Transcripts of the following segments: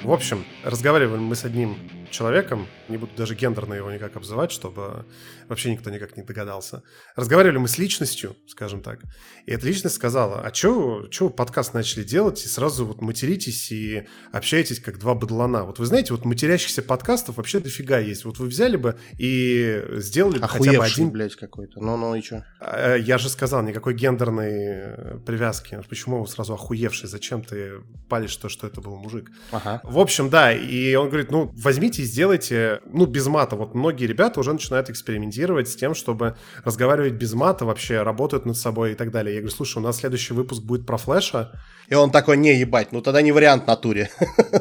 В общем, разговаривали мы с одним человеком, не буду даже гендерно его никак обзывать, чтобы вообще никто никак не догадался. Разговаривали мы с личностью, скажем так, и эта личность сказала: а чё вы подкаст начали делать и сразу вот материтесь и общаетесь как два быдлана? Вот вы знаете, вот матерящихся подкастов вообще дофига есть. Вот вы взяли бы и сделали бы хотя бы один... блядь, какой-то. Ну и чё? Я же сказал, никакой гендерной привязки. Почему вы сразу охуевший? Зачем ты палишь то, что это был мужик? Ага. В общем, да, и он говорит, ну, возьмите и сделайте, ну, без мата. Вот многие ребята уже начинают экспериментировать с тем, чтобы разговаривать без мата, вообще работают над собой и так далее. Я говорю, слушай, у нас следующий выпуск будет про Флэша. И он такой: не, ебать, ну тогда не вариант в натуре.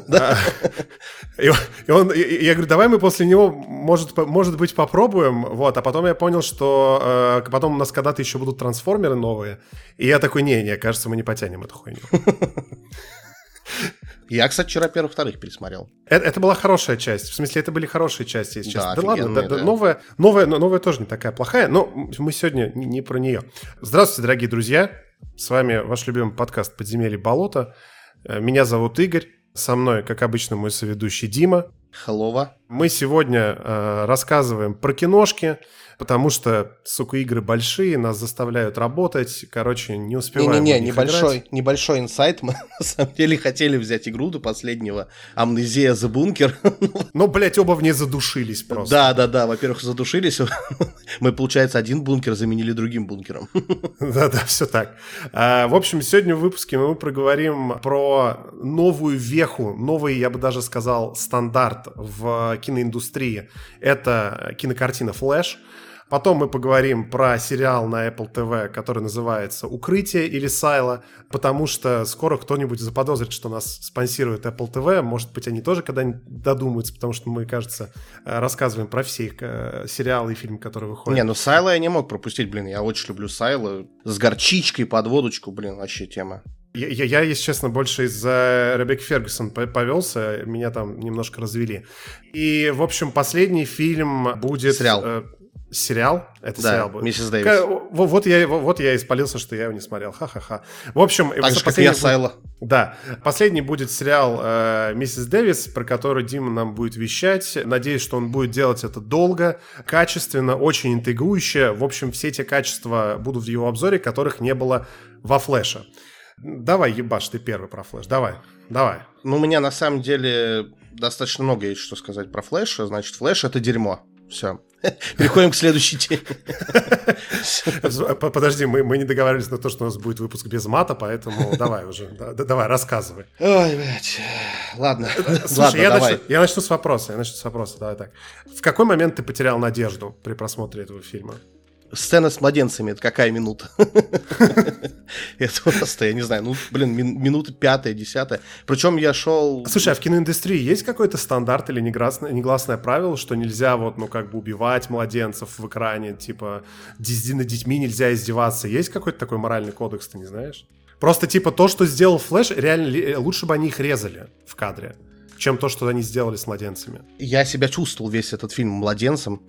Я говорю, давай мы после него, может быть, попробуем. Вот, а потом я понял, что потом у нас когда-то еще будут трансформеры новые. И я такой, не, кажется, мы не потянем эту хуйню. Я, кстати, вчера первых-вторых пересмотрел. Это была хорошая часть. В смысле, это были хорошие части, если честно. Да ладно, да. Новая тоже не такая плохая, но мы сегодня не про нее. Здравствуйте, дорогие друзья. С вами ваш любимый подкаст «Подземелье болото». Меня зовут Игорь. Со мной, как обычно, мой соведущий Дима. Hello. Мы сегодня рассказываем про киношки, потому что, сука, игры большие, нас заставляют работать. Короче, не успеваем. Небольшой инсайт. Мы на самом деле хотели взять игру до последнего. Амнезия The Bunker. Ну, блядь, оба в ней задушились просто. Да. Во-первых, задушились. Мы, получается, один бункер заменили другим бункером. Да, все так. В общем, сегодня в выпуске мы проговорим про новую веху, новый, я бы даже сказал, стандарт в киноиндустрии. Это кинокартина «Флэш». Потом мы поговорим про сериал на Apple TV, который называется «Укрытие» или «Сайло», потому что скоро кто-нибудь заподозрит, что нас спонсирует Apple TV. Может быть, они тоже когда-нибудь додумаются, потому что мы, кажется, рассказываем про все их сериалы и фильмы, которые выходят. Не, ну «Сайло» я не мог пропустить, блин. Я очень люблю «Сайло». С горчичкой под водочку, блин, вообще тема. Я, если честно, больше из-за Ребекки Фергюсон повелся, меня там немножко развели. И, в общем, последний фильм будет... Сериал? Это да, сериал будет. «Миссис Дэвис». Вот я испалился, что я его не смотрел. Ха-ха-ха. В общем... Так же, как и я, Сайло. Да. Последний будет сериал «Миссис Дэвис», про который Дима нам будет вещать. Надеюсь, что он будет делать это долго, качественно, очень интригующе. В общем, все те качества будут в его обзоре, которых не было во «Флэше». Давай, ебаш, ты первый про «Флэш». Давай. Ну, у меня, на самом деле, достаточно много есть что сказать про «Флэша». Значит, «Флэш» — это дерьмо. Все. Переходим к следующей теме. Подожди, мы не договаривались на то, что у нас будет выпуск без мата, поэтому давай уже, давай, рассказывай. Ой, блядь. Ладно. Слушай, я начну с вопроса, давай так. В какой момент ты потерял надежду при просмотре этого фильма? Сцена с младенцами — это какая минута? Это просто, я не знаю, минута 5-10. Причем я шел... Слушай, а в киноиндустрии есть какой-то стандарт или негласное правило, что нельзя убивать младенцев в экране, типа над детьми нельзя издеваться? Есть какой-то такой моральный кодекс, ты не знаешь? Просто типа то, что сделал «Флэш», реально лучше бы они их резали в кадре, чем то, что они сделали с младенцами. Я себя чувствовал весь этот фильм младенцем,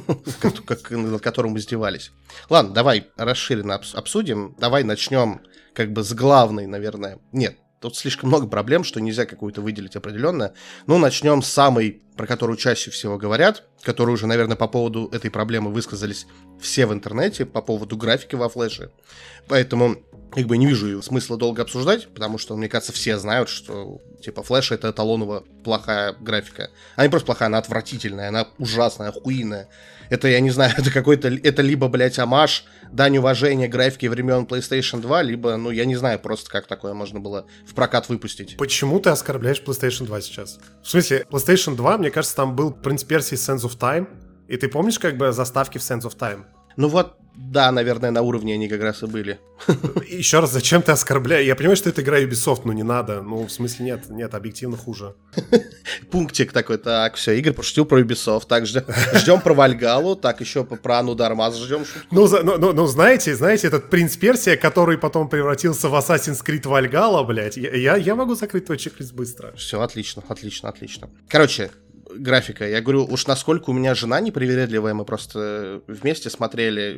над которым издевались. Ладно, давай расширенно обсудим. Давай начнем с главной, наверное. Нет, тут слишком много проблем, что нельзя какую-то выделить определенно. Ну, начнем с самой, про которую чаще всего говорят, которые уже, наверное, по поводу этой проблемы высказались все в интернете, по поводу графики во «Флэше». Поэтому... не вижу смысла долго обсуждать, потому что, мне кажется, все знают, что, «Флэш» — это эталоново плохая графика. Она не просто плохая, она отвратительная, она ужасная, охуенная. Это, я не знаю, это либо, блядь, омаж, дань уважения графике времен PlayStation 2, либо, я не знаю просто, как такое можно было в прокат выпустить. Почему ты оскорбляешь PlayStation 2 сейчас? В смысле, PlayStation 2, мне кажется, там был «Принц Персии» Sands of Time, и ты помнишь заставки в Sands of Time? Да, наверное, на уровне они как раз и были. Еще раз, зачем ты оскорбляешь? Я понимаю, что это игра Ubisoft, но не надо. В смысле, нет, объективно хуже. Пунктик такой, так, все, Игорь пошутил про Ubisoft, так, ждем про Вальгалу, так, еще про Анну Дармас ждем. Знаете, этот «Принц Персия», который потом превратился в Assassin's Creed Valhalla, блядь, я могу закрыть твой чек-лист быстро. Все, отлично. Короче, графика. Я говорю, уж насколько у меня жена непривередливая, мы просто вместе смотрели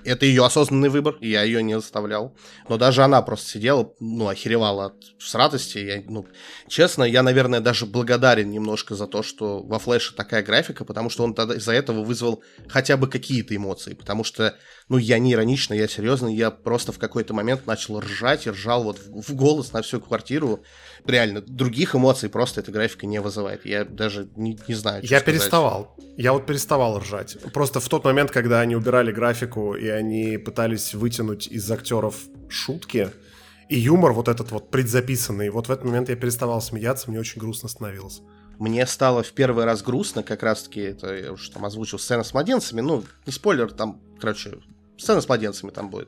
Это ее осознанный выбор, и я ее не заставлял. Но даже она просто сидела, охеревала с радости. Честно, я, наверное, даже благодарен немножко за то, что во Флэше такая графика, потому что он тогда из-за этого вызвал хотя бы какие-то эмоции. Потому что, я не иронично, я серьезно, я просто в какой-то момент начал ржать и ржал вот в голос на всю квартиру. Реально, других эмоций просто эта графика не вызывает. Я даже не знаю, что сказать. Я переставал ржать. Просто в тот момент, когда они убирали графику, и они пытались вытянуть из актеров шутки и юмор вот этот вот предзаписанный, вот в этот момент я переставал смеяться, мне очень грустно становилось. Мне стало в первый раз грустно, как раз-таки, это я уже там озвучил, сцена с младенцами, не спойлер, там, сцена с младенцами там будет.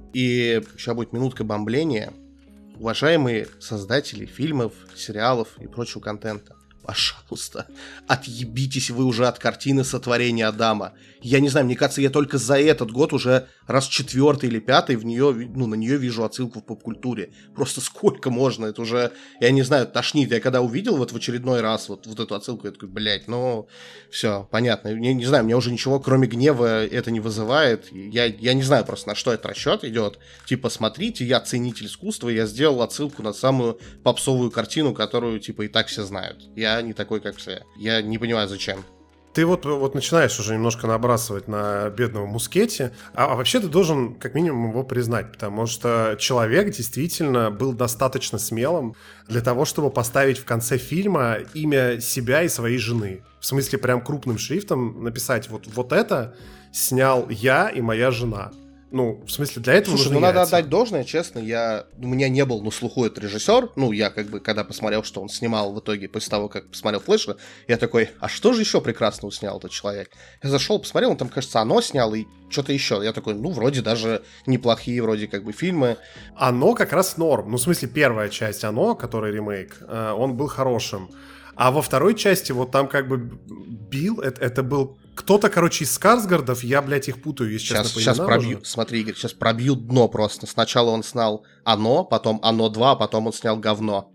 И еще будет минутка бомбления. Уважаемые создатели фильмов, сериалов и прочего контента, пожалуйста, отъебитесь вы уже от картины сотворения Адама. Я не знаю, мне кажется, я только за этот год уже раз 4-й или 5-й на нее вижу отсылку в поп-культуре. Просто сколько можно? Это уже, я не знаю, тошнит. Я когда увидел в очередной раз вот эту отсылку, я такой, блядь, все, понятно. Я не знаю, мне уже ничего, кроме гнева, это не вызывает. Я не знаю просто, на что этот расчет идет. Типа, смотрите, я ценитель искусства, я сделал отсылку на самую попсовую картину, которую, типа, и так все знают. Я не такой, как все. Я не понимаю, зачем. Ты вот начинаешь уже немножко набрасывать на бедного Мускетти, а вообще ты должен как минимум его признать, потому что человек действительно был достаточно смелым для того, чтобы поставить в конце фильма имя себя и своей жены. В смысле, прям крупным шрифтом написать вот это снял я и моя жена. В смысле, для этого Слушай, надо отдать должное, честно, у меня не был на слуху этот режиссер, я когда посмотрел, что он снимал в итоге, после того, как посмотрел Флэша, я такой, а что же еще прекрасного снял этот человек? Я зашел, посмотрел, он там, кажется, «Оно» снял и что-то еще. Я такой, вроде даже неплохие вроде фильмы. «Оно» как раз норм, в смысле, первая часть «Оно», который ремейк, он был хорошим. А во второй части вот там Билл, это был кто-то, из Скарсгардов, я, блядь, их путаю, если честно, по сейчас пробью, смотри, Игорь, сейчас пробью дно просто. Сначала он снял «Оно», потом «Оно 2», потом он снял «Говно».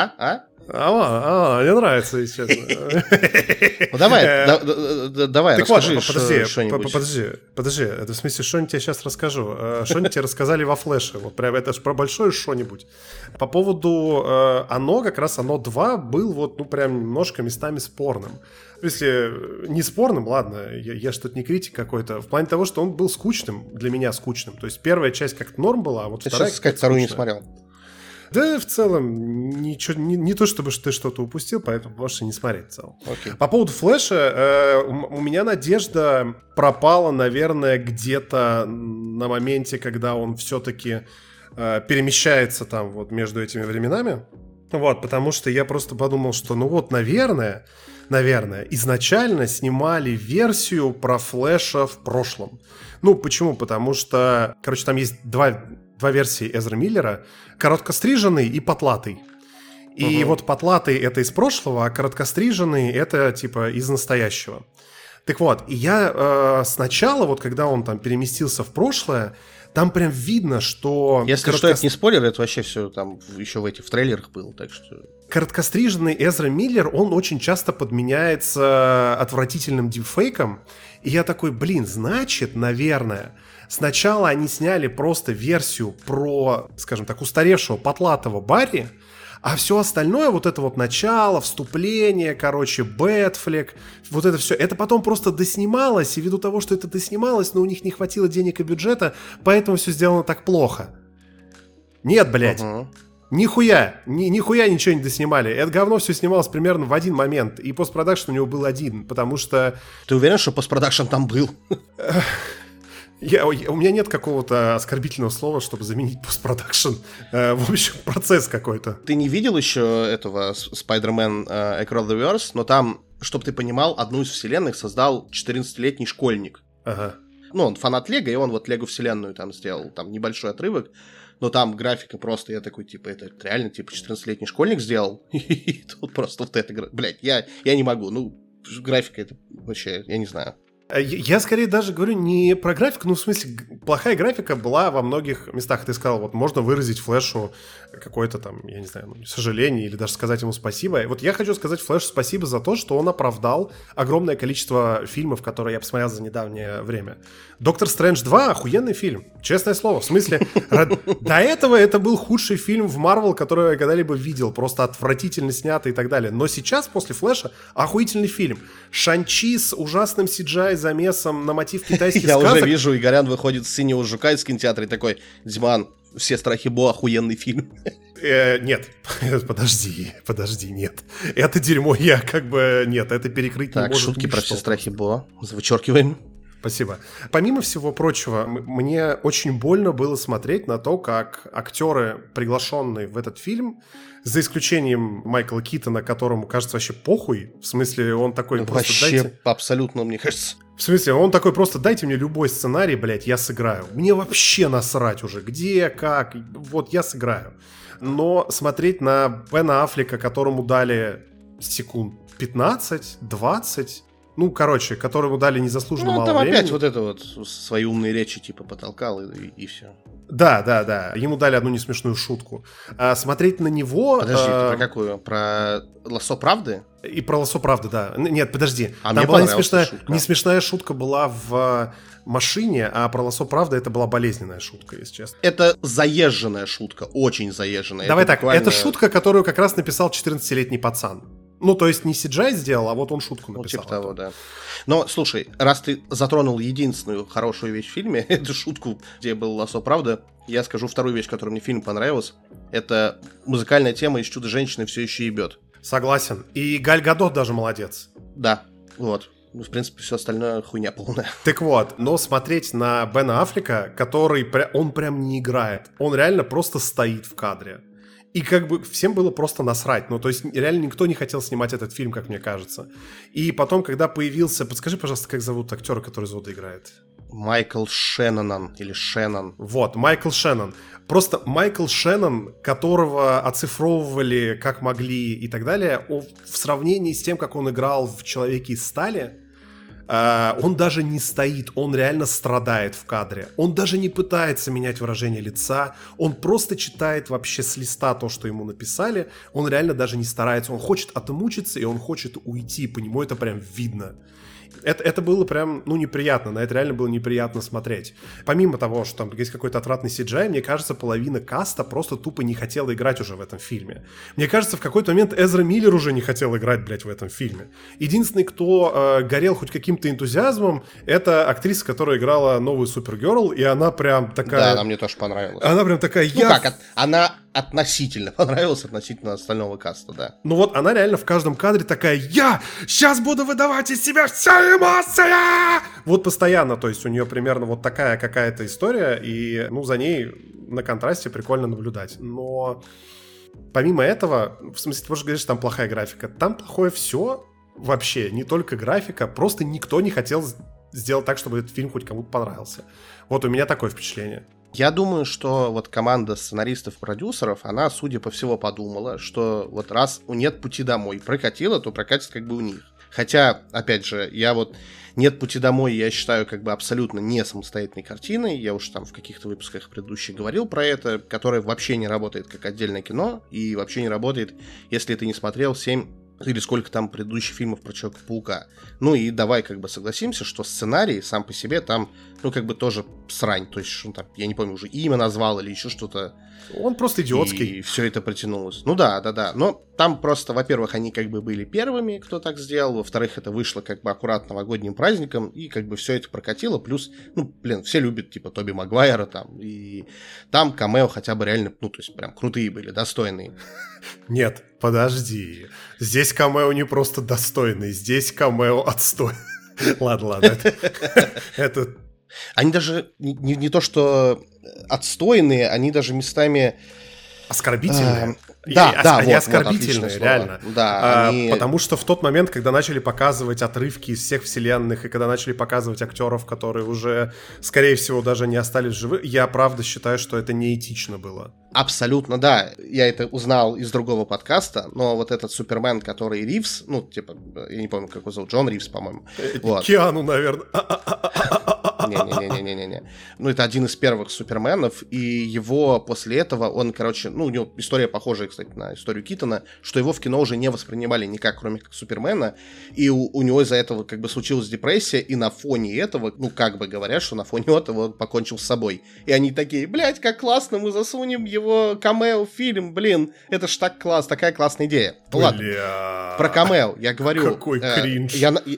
Мне нравится, если честно. Давай, расскажи что-нибудь. Подожди, это в смысле, что-нибудь я сейчас расскажу. Что-нибудь тебе рассказали во Флэше, вот прям это же про большое что-нибудь. По поводу «Оно», как раз «Оно 2» был прям немножко местами спорным. Если не спорным, ладно, я что-то не критик какой-то, в плане того, что он был скучным, для меня скучным. То есть первая часть как-то норм была, а вот ты вторая... Ты сейчас вторую не смотрел. Да, в целом, ничего, не то, чтобы ты что-то упустил, поэтому можешь и не смотреть в целом. Okay. По поводу Флэша, у меня надежда пропала, наверное, где-то на моменте, когда он все-таки перемещается там между этими временами. Потому что я просто подумал, что, наверное, изначально снимали версию про Флэша в прошлом. Почему? Потому что, там есть два версии Эзры Миллера, короткостриженный и потлатый. И потлатый — это из прошлого, а короткостриженный — это типа из настоящего. Так вот, и я сначала, когда он там переместился в прошлое, там прям видно, что... Если что, это не спойлер, это вообще все там еще в трейлерах было, так что... Короткостриженный Эзра Миллер, он очень часто подменяется отвратительным дипфейком. И я такой, значит, наверное, сначала они сняли просто версию про, скажем так, устаревшего потлатого Барри, а все остальное, это начало, вступление, Бэтфлик, это все, это потом просто доснималось, и ввиду того, что это доснималось, но у них не хватило денег и бюджета, поэтому все сделано так плохо. Нет, блядь. Нихуя ничего не доснимали. Это говно все снималось примерно в один момент, и постпродакшн у него был один, потому что... Ты уверен, что постпродакшн там был? У меня нет какого-то оскорбительного слова, чтобы заменить постпродакшн. В общем, процесс какой-то. Ты не видел еще этого Spider-Man Across the Verse, но там, чтобы ты понимал, одну из вселенных создал 14-летний школьник. Ага. Он фанат Лего, и он Лего вселенную там сделал, там небольшой отрывок, но там графика просто, я такой, это реально, 14-летний школьник сделал, и тут просто это, блядь, я не могу, графика это вообще, я не знаю. Я скорее даже говорю не про графику, в смысле, плохая графика была во многих местах. Ты сказал, можно выразить Флэшу какое-то там, я не знаю, сожаление или даже сказать ему спасибо. Вот я хочу сказать Флэшу спасибо за то, что он оправдал огромное количество фильмов, которые я посмотрел за недавнее время. «Доктор Стрэндж 2» — охуенный фильм, честное слово. В смысле, до этого это был худший фильм в Марвел, который я когда-либо видел, просто отвратительно снятый и так далее. Но сейчас, после «Флэша», охуительный фильм. Шан-Чи с ужасным CGI-замесом на мотив китайских сказок. Я уже вижу, Игорян выходит с «Синего жука» из кинотеатра и такой: «Диман, все страхи Бо, охуенный фильм». Нет, подожди, нет. Это дерьмо я нет, это перекрыть не так, может шутки ничто. про все страхи Бо, вычеркиваем. Спасибо. Помимо всего прочего, мне очень больно было смотреть на то, как актеры, приглашенные в этот фильм, за исключением Майкла Китона, которому, кажется, вообще похуй, в смысле, он такой просто вообще дайте... абсолютно, мне кажется. В смысле, он такой просто: дайте мне любой сценарий, блядь, я сыграю. Мне вообще насрать уже, где, как, вот я сыграю. Но смотреть на Бена Аффлека, которому дали секунд 15-20... Ну, короче, которому дали незаслуженно мало времени. Ну, там опять вот это вот свои умные речи типа потолкал и все. Да. Ему дали одну несмешную шутку. Смотреть на него... Подожди, ты про какую? Про «Лассо правды»? И про «Лассо правды», да. Нет, подожди. Там мне была шутка. Несмешная шутка была в машине, а про «Лассо правды» это была болезненная шутка, если честно. Это заезженная шутка, очень заезженная. Давай это так, буквально... это шутка, которую как раз написал 14-летний пацан. Ну, то есть не CGI сделал, а вот он шутку написал. Ну, типа того, да. Но, слушай, раз ты затронул единственную хорошую вещь в фильме, эту шутку, где был «Лассо правда», я скажу вторую вещь, которая мне в фильме понравилась. Это музыкальная тема из «Чудо-женщины» все еще ебет. Согласен. И Галь Гадот даже молодец. Да, вот. Ну, в принципе, все остальное хуйня полная. Так вот, но смотреть на Бена Аффлека, он прям не играет. Он реально просто стоит в кадре. И как бы всем было просто насрать. Ну, то есть реально никто не хотел снимать этот фильм, как мне кажется. И потом, когда появился... Подскажи, пожалуйста, как зовут актера, который Зода играет? Майкл Шеннон или Шеннон. Вот, Майкл Шеннон. Просто Майкл Шеннон, которого оцифровывали как могли и так далее, в сравнении с тем, как он играл в «Человеке из стали», он даже не стоит, он реально страдает в кадре. Он даже не пытается менять выражение лица, он просто читает вообще с листа то, что ему написали. Он реально даже не старается, он хочет отмучиться и он хочет уйти, по нему это прям видно. Это было прям, неприятно, на это реально было неприятно смотреть. Помимо того, что там есть какой-то отвратный CGI, мне кажется, половина каста просто тупо не хотела играть уже в этом фильме. Мне кажется, в какой-то момент Эзра Миллер уже не хотел играть, блядь, в этом фильме. Единственный, кто горел хоть каким-то энтузиазмом, это актриса, которая играла новую Супергерл, и она прям такая... Да, она мне тоже понравилась. Она прям такая... Она относительно понравилась, относительно остального каста, да. Ну вот, она реально в каждом кадре такая: я сейчас буду выдавать из себя все эмоции! Вот постоянно, то есть у нее примерно вот такая какая-то история, и, за ней на контрасте прикольно наблюдать. Но помимо этого, в смысле, ты можешь говорить, что там плохая графика. Там плохое все вообще, не только графика, просто никто не хотел сделать так, чтобы этот фильм хоть кому-то понравился. Вот у меня такое впечатление. Я думаю, что вот команда сценаристов-продюсеров, она, судя по всему, подумала, что вот раз нет пути домой прокатило, то прокатит как бы у них. Хотя, опять же, «Нет пути домой» я считаю как бы абсолютно не самостоятельной картиной. Я уж там в каких-то выпусках предыдущих говорил про это, которое вообще не работает как отдельное кино и вообще не работает, если ты не смотрел 7 или сколько там предыдущих фильмов про Человека-паука. Ну и давай как бы согласимся, что сценарий сам по себе там, как бы тоже срань. То есть, там, я не помню, уже имя назвал или еще что-то. Он просто идиотский. И все это протянулось. Ну да. Но там просто, во-первых, они как бы были первыми, кто так сделал. Во-вторых, это вышло как бы аккуратно новогодним праздником. И как бы все это прокатило. Плюс, все любят типа Тоби Магуайра там. И там камео хотя бы реально, то есть прям крутые были, достойные. Нет, подожди. Здесь камео не просто достойный, здесь камео отстой. Ладно. Это... Они даже не то, что отстойные, они даже местами... Оскорбительные. Они оскорбительные, реально. Да, потому что в тот момент, когда начали показывать отрывки из всех вселенных, и когда начали показывать актеров, которые уже, скорее всего, даже не остались живы, я правда считаю, что это неэтично было. Абсолютно, да. Я это узнал из другого подкаста, но вот этот Супермен, который Ривз, я не помню, как его зовут, Джон Ривз, по-моему. Киану, наверное. Не-не-не-не-не-не-не. Ну, это один из первых Суперменов, и его после этого, он, короче, ну, у него история похожая, кстати, на историю Китона, что его в кино уже не воспринимали никак, кроме как Супермена, и у него из-за этого как бы случилась депрессия, и на фоне этого, ну, как бы говорят, что на фоне этого он покончил с собой. И они такие, блядь, как классно, мы засунем его камео в фильм, блин, это ж так класс, такая классная идея. Ладно, про камео я говорю. Какой кринж.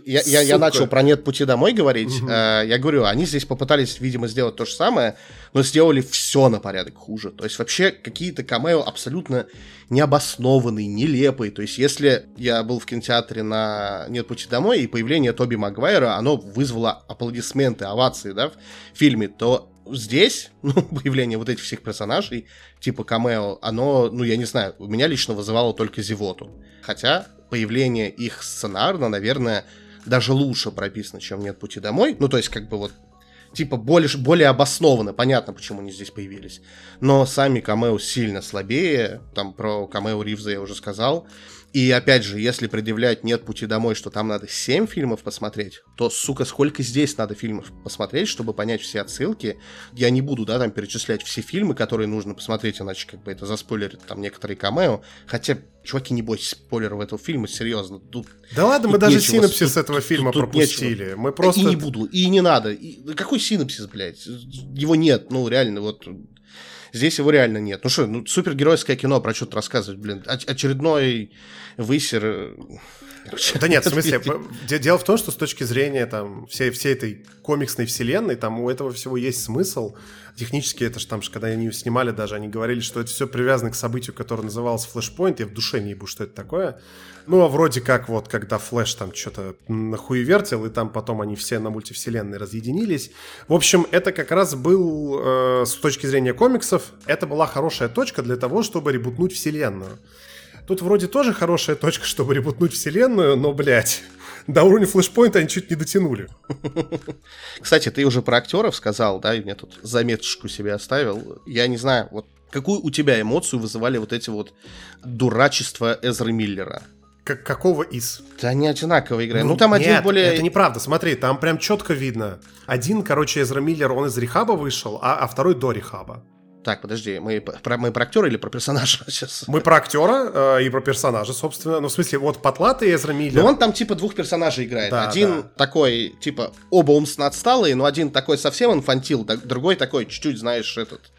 Я начал про «Нет пути домой» говорить. Я говорю, они здесь попытались, видимо, сделать то же самое, но сделали все на порядок хуже. То есть вообще какие-то камео абсолютно необоснованные, нелепые. То есть если я был в кинотеатре на «Нет пути домой», и появление Тоби Магуайра, оно вызвало аплодисменты, овации, да, в фильме, то здесь, ну, появление вот этих всех персонажей, типа камео, оно, ну, я не знаю, у меня лично вызывало только зевоту. Хотя появление их сценарно, наверное, даже лучше прописано, чем «Нет пути домой». Ну, то есть, как бы вот, типа, более обоснованно, понятно, почему они здесь появились. Но сами камео сильно слабее. Там про камео Ривза я уже сказал. И, опять же, если предъявлять «Нет пути домой», что там надо 7 фильмов посмотреть, то, сука, сколько здесь надо фильмов посмотреть, чтобы понять все отсылки. Я не буду, да, там перечислять все фильмы, которые нужно посмотреть, иначе как бы это заспойлерит там некоторые камео. Хотя, чуваки, не бойтесь спойлеров этого фильма, серьезно. Да ладно, мы даже синопсис этого фильма пропустили. Мы просто... И не буду, и не надо. Какой синопсис, блядь? Его нет, ну, реально, вот... Здесь его реально нет. Ну что, ну, супергеройское кино, про что-то рассказывать, блин. Очередной высер... Да нет, в смысле, дело в том, что с точки зрения там всей этой комиксной вселенной, там у этого всего есть смысл. Технически это же там, когда они снимали даже, они говорили, что это все привязано к событию, которое называлось Flashpoint. Я в душе не ебу, что это такое. Ну, а вроде как вот, когда Флэш там что-то нахуевертил, и там потом они все на мультивселенной разъединились. В общем, это как раз был, с точки зрения комиксов, это была хорошая точка для того, чтобы ребутнуть вселенную. Тут вроде тоже хорошая точка, чтобы ребутнуть вселенную, но, блядь, до уровня Флэшпоинта они чуть не дотянули. Кстати, ты уже про актеров сказал, да, и мне тут заметочку себе оставил. Я не знаю, вот какую у тебя эмоцию вызывали вот эти вот дурачества Эзры Миллера? Какого из? Да они одинаково играют. Ну, там один более... это неправда. Смотри, там прям четко видно. Один, короче, Эзра Миллер, он из рехаба вышел, а второй до рехаба. Так, подожди, мы про актера или про персонажа сейчас? Мы про актера и про персонажа, собственно. Ну, в смысле, вот потлатый Эзра Миллер. Ну, он там типа двух персонажей играет. Да, один такой, типа, оба умственно отсталые, но один такой совсем инфантил, другой такой чуть-чуть, знаешь,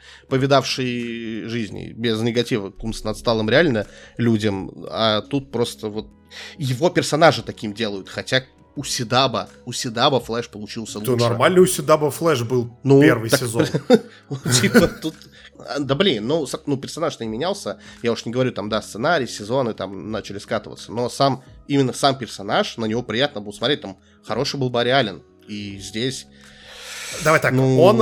повидавший жизни, без негатива к умственно отсталым реально людям. А тут просто вот его персонажа таким делают, хотя... У Седаба Флэш получился лучше. Да нормально, у Седаба Флэш был первый сезон. Типа тут... Да блин, ну персонаж-то не менялся. Я уж не говорю, там, да, сценарий, сезоны там начали скатываться. Но именно сам персонаж, на него приятно было смотреть. Там хороший был Барри Аллен. И здесь... Давай так, он,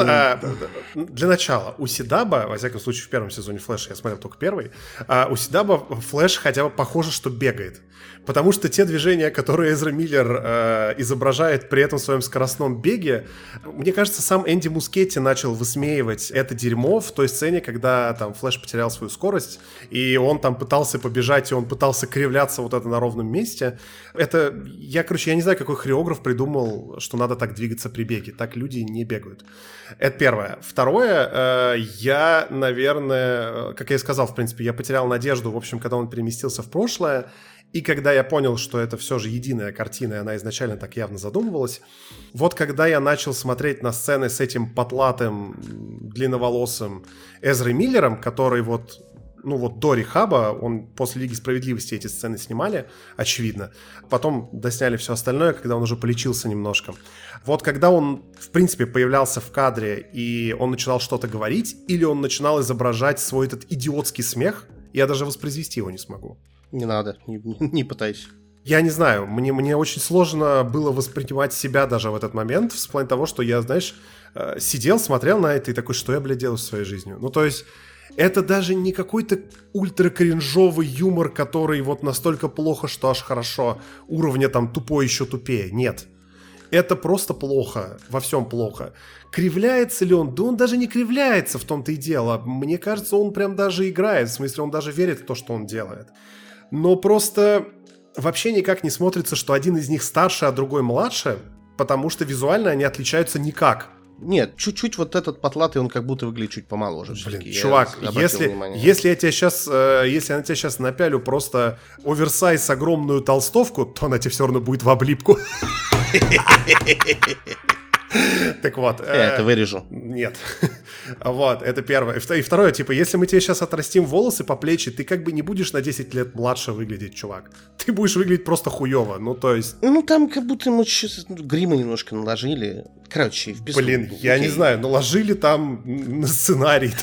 для начала, у Седаба, во всяком случае, в первом сезоне Флэша, я смотрел только первый, у Седаба Флэш хотя бы похоже, что бегает. Потому что те движения, которые Эзра Миллер изображает при этом в своем скоростном беге, мне кажется, сам Энди Мускетти начал высмеивать это дерьмо в той сцене, когда там Флэш потерял свою скорость, и он там пытался побежать, и он пытался кривляться вот это на ровном месте. Я не знаю, какой хореограф придумал, что надо так двигаться при беге. Так люди не бегают. Это первое. Второе, я, наверное, как я и сказал, в принципе, я потерял надежду, в общем, когда он переместился в прошлое, и когда я понял, что это все же единая картина, и она изначально так явно задумывалась, вот когда я начал смотреть на сцены с этим потлатым, длинноволосым Эзрой Миллером, который вот до рехаба, он после Лиги Справедливости эти сцены снимали, очевидно. Потом досняли все остальное, когда он уже полечился немножко. Вот когда он, в принципе, появлялся в кадре, и он начинал что-то говорить, или он начинал изображать свой этот идиотский смех, я даже воспроизвести его не смогу. Не надо, не пытайся. Я не знаю, мне очень сложно было воспринимать себя даже в этот момент, в плане того, что я, знаешь, сидел, смотрел на это и такой, что я, блядь, делаю со своей жизнью? Ну, то есть... Это даже не какой-то ультра-кринжовый юмор, который вот настолько плохо, что аж хорошо. Уровня там тупой еще тупее. Нет. Это просто плохо. Во всем плохо. Кривляется ли он? Да он даже не кривляется, в том-то и дело. Мне кажется, он прям даже играет. В смысле, он даже верит в то, что он делает. Но просто вообще никак не смотрится, что один из них старше, а другой младше, потому что визуально они отличаются никак. Нет, чуть-чуть вот этот потлатый, он как будто выглядит чуть помоложе. Блин, чувак, если я на тебя сейчас напялю просто оверсайз огромную толстовку, то она тебе все равно будет в облипку. Так вот. Я это вырежу. Нет. Вот, это первое. И второе, типа, если мы тебе сейчас отрастим волосы по плечи, ты как бы не будешь на 10 лет младше выглядеть, чувак. Ты будешь выглядеть просто хуёво, ну то есть... Ну там как будто ему грима немножко наложили. Короче, в безумие. Блин, я не знаю, наложили там на сценарий.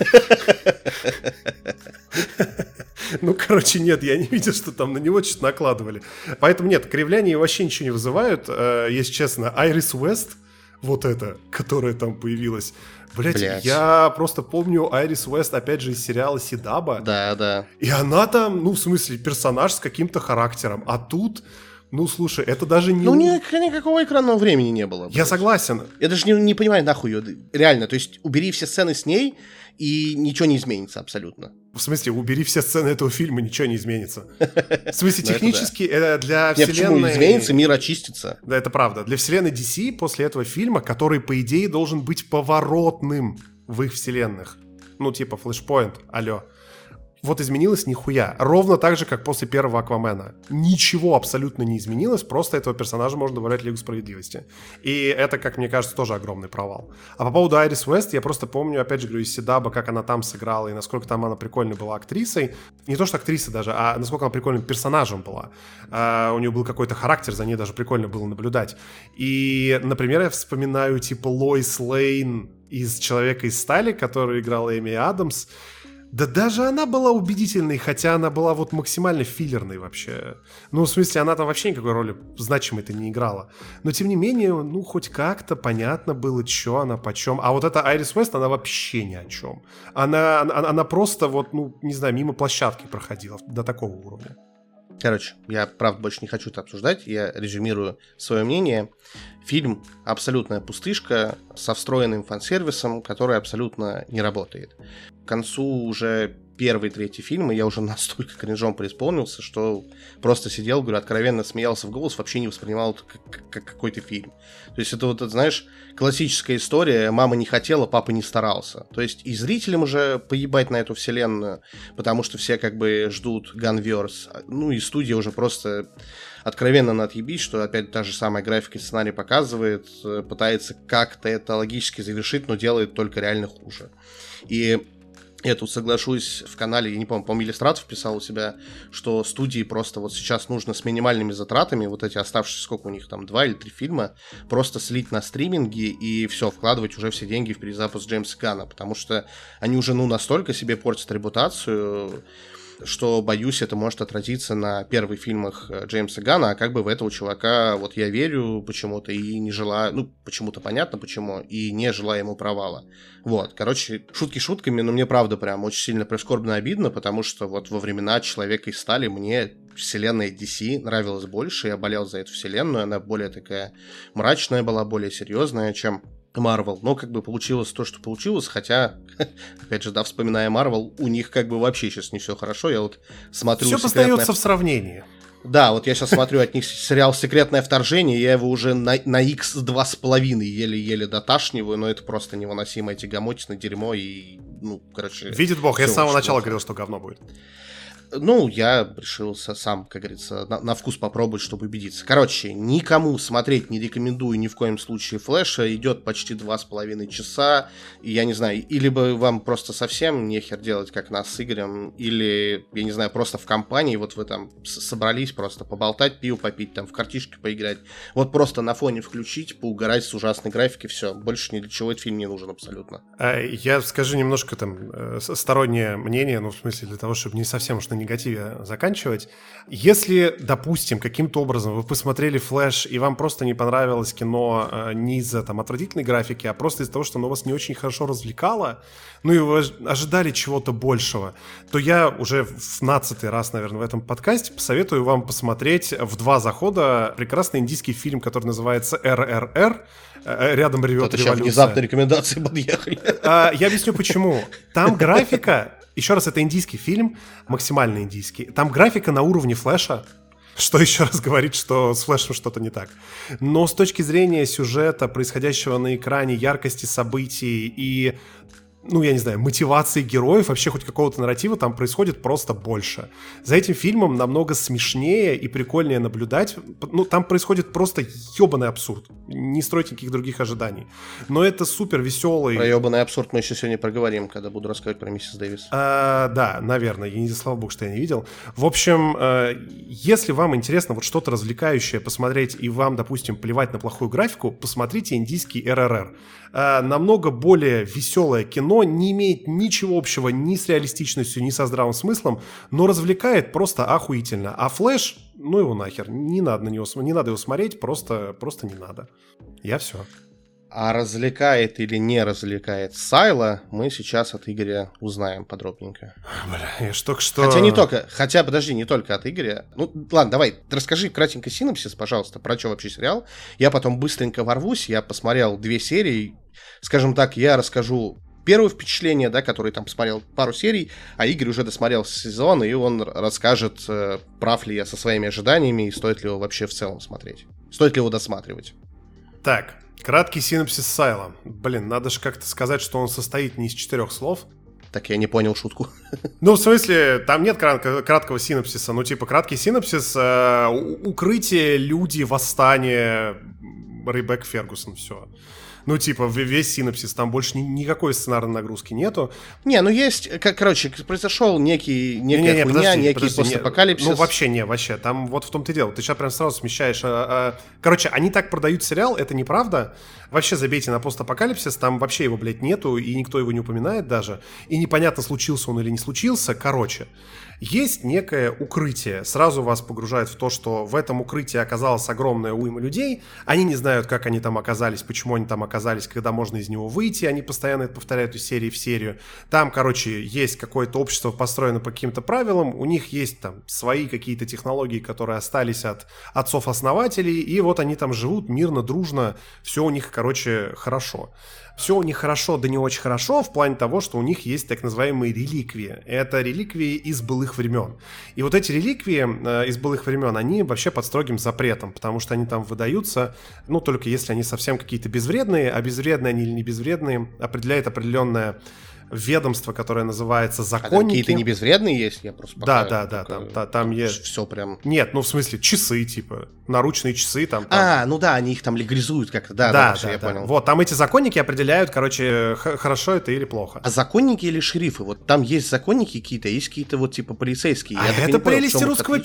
Ну, короче, нет, я не видел, что там на него что-то накладывали. Поэтому нет, кривляния вообще ничего не вызывают, если честно. Айрис Уэст, вот эта, которая там появилась. Блять, я просто помню Айрис Уэст, опять же, из сериала Сидаба. Да. И она там, ну, в смысле, персонаж с каким-то характером. А тут, ну, слушай, это даже не... Ну, никакого экранного времени не было. Я согласен. Я даже не понимаю, нахуй ее. Реально, то есть убери все сцены с ней, и ничего не изменится абсолютно. В смысле, убери все сцены этого фильма, ничего не изменится. В смысле, технически для вселенной... Почему изменится, мир очистится. Да, это правда. Для вселенной DC после этого фильма, который, по идее, должен быть поворотным в их вселенных. Ну, типа Flashpoint, алло. Вот изменилось нихуя. Ровно так же, как после первого Аквамена. Ничего абсолютно не изменилось, просто этого персонажа можно добавлять в Лигу Справедливости. И это, как мне кажется, тоже огромный провал. А по поводу Айрис Уэст, я просто помню, опять же говорю, из Сидаба, как она там сыграла, и насколько там она прикольной была актрисой. Не то, что актриса даже, а насколько она прикольным персонажем была. У нее был какой-то характер, за ней даже прикольно было наблюдать. И, например, я вспоминаю типа Лоис Лейн из «Человека из стали», которую играла Эми Адамс. Да даже она была убедительной, хотя она была вот максимально филлерной вообще. Ну, в смысле, она там вообще никакой роли значимой-то не играла. Но, тем не менее, ну, хоть как-то понятно было, что она почем. А вот эта Айрис Уэст, она вообще ни о чем. Она просто вот, ну, не знаю, мимо площадки проходила до такого уровня. Короче, я, правда, больше не хочу это обсуждать. Я резюмирую свое мнение. Фильм абсолютная пустышка со встроенным фан-сервисом, который абсолютно не работает. К концу уже первый, третий фильм, и я уже настолько кринжом преисполнился, что просто сидел, говорю, откровенно смеялся в голос, вообще не воспринимал это как какой-то фильм. То есть это вот, знаешь, классическая история, мама не хотела, папа не старался. То есть и зрителям уже поебать на эту вселенную, потому что все как бы ждут Gunverse, ну и студия уже просто откровенно на отъебись, что опять та же самая графика и сценарий показывает, пытается как-то это логически завершить, но делает только реально хуже. И я тут соглашусь, в канале, я не помню, по-моему, Иллюстратов писал у себя, что студии просто вот сейчас нужно с минимальными затратами, вот эти оставшиеся, сколько у них там, 2 или 3 фильма, просто слить на стриминги и все, вкладывать уже все деньги в перезапуск Джеймса Ганна, потому что они уже, ну, настолько себе портят репутацию, что, боюсь, это может отразиться на первых фильмах Джеймса Ганна, а как бы в этого чувака, вот я верю почему-то и не желаю, ну, почему-то понятно почему, и не желаю ему провала. Вот, короче, шутки шутками, но мне правда прям очень сильно прискорбно обидно, потому что вот во времена Человека из стали мне вселенная DC нравилась больше, я болел за эту вселенную, она более такая мрачная была, более серьезная, чем Marvel, но как бы получилось то, что получилось, хотя, опять же, да, вспоминая Marvel, у них как бы вообще сейчас не все хорошо, я вот смотрю... Все остается в сравнении. Да, вот я сейчас смотрю от них сериал «Секретное вторжение», я его уже на X 2,5 еле-еле доташниваю, но это просто невыносимое тягомотина, дерьмо и, ну, короче... Видит бог, я с самого начала говорил, что говно будет. Ну, я решил сам, как говорится, на вкус попробовать, чтобы убедиться. Короче, никому смотреть не рекомендую ни в коем случае Флэша. Идет почти 2,5 часа. И я не знаю, или бы вам просто совсем нехер делать, как нас с Игорем, или, я не знаю, просто в компании, вот вы там собрались просто поболтать, пиво попить, там в картишки поиграть. Вот просто на фоне включить, поугарать с ужасной графики, все. Больше ни для чего этот фильм не нужен абсолютно. Я скажу немножко там стороннее мнение, ну, в смысле, для того, чтобы не совсем уж на негативе заканчивать. Если, допустим, каким-то образом вы посмотрели «Флэш», и вам просто не понравилось кино не из-за там отвратительной графики, а просто из-за того, что оно вас не очень хорошо развлекало, ну и вы ожидали чего-то большего, то я уже в 15-й раз, наверное, в этом подкасте посоветую вам посмотреть в 2 захода прекрасный индийский фильм, который называется «РРР». «Рядом ревет революция». Сейчас внезапно рекомендации подъехали. Я объясню, почему. Там графика... Еще раз, это индийский фильм, максимально индийский. Там графика на уровне Флэша. что еще раз говорит, что с Флэшем что-то не так. Но с точки зрения сюжета, происходящего на экране, яркости событий и, ну, я не знаю, мотивации героев, вообще хоть какого-то нарратива там происходит просто больше. За этим фильмом намного смешнее и прикольнее наблюдать. Ну, там происходит просто ебаный абсурд. Не стройте никаких других ожиданий. Но это супер веселый... Про ебаный абсурд мы еще сегодня проговорим, когда буду рассказывать про миссис Дэвис. Да, наверное. И слава богу, что я не видел. В общем, если вам интересно вот что-то развлекающее посмотреть, и вам, допустим, плевать на плохую графику, посмотрите индийский РРР. Намного более веселое кино, не имеет ничего общего ни с реалистичностью, ни со здравым смыслом, но развлекает просто охуительно. А Флэш, ну его нахер, не надо его смотреть, просто не надо. Я все. А развлекает или не развлекает Сайла, мы сейчас от Игоря узнаем подробненько. Бля, я ж только что... Подожди, не только от Игоря. Ну, ладно, давай, расскажи кратенько синопсис, пожалуйста, про что вообще сериал. Я потом быстренько ворвусь, я посмотрел 2 серии. Скажем так, я расскажу первое впечатление, да, который там посмотрел пару серий, а Игорь уже досмотрел сезон, и он расскажет, прав ли я со своими ожиданиями, и стоит ли его вообще в целом смотреть. Стоит ли его досматривать. Так, краткий синопсис Сайла. Блин, надо же как-то сказать, что он состоит не из 4 слов. Так, я не понял шутку. Ну, в смысле, там нет краткого синопсиса. Ну, типа, краткий синопсис, укрытие, люди, восстание, Ребекка Фергюсон, все. Ну, типа, весь синопсис, там больше никакой сценарной нагрузки нету. Не, ну есть, короче, произошел некая хуйня, некий постапокалипсис. Ну, вообще, там вот в том-то и дело. Ты сейчас прям сразу смещаешь. Короче, они так продают сериал, это неправда. Вообще забейте на постапокалипсис, там вообще его, блядь, нету, и никто его не упоминает даже. И непонятно, случился он или не случился. Короче, есть некое укрытие. Сразу вас погружает в то, что в этом укрытии оказалась огромная уйма людей. Они не знают, как они там оказались, почему они там оказались, когда можно из него выйти. Они постоянно это повторяют из серии в серию. Там, короче, есть какое-то общество, построено по каким-то правилам. У них есть там свои какие-то технологии, которые остались от отцов-основателей. И вот они там живут мирно, дружно. Все у них, короче, хорошо. Все у них хорошо, да не очень хорошо, в плане того, что у них есть так называемые реликвии. Это реликвии из былых времен. И вот эти реликвии из былых времен, они вообще под строгим запретом, потому что они там выдаются, ну, только если они совсем какие-то безвредные, а безвредные они или не безвредные, определяет определенное ведомство, которое называется законники. А какие-то не безвредные есть? Я просто да, там есть... Все прям... Нет, ну в смысле часы, типа, наручные часы там. Ну да, они их там легализуют как-то, да, я понял. Вот, там эти законники определяют, короче, хорошо это или плохо. А законники или шерифы? Вот там есть законники какие-то, есть какие-то вот типа полицейские. Это прелести русского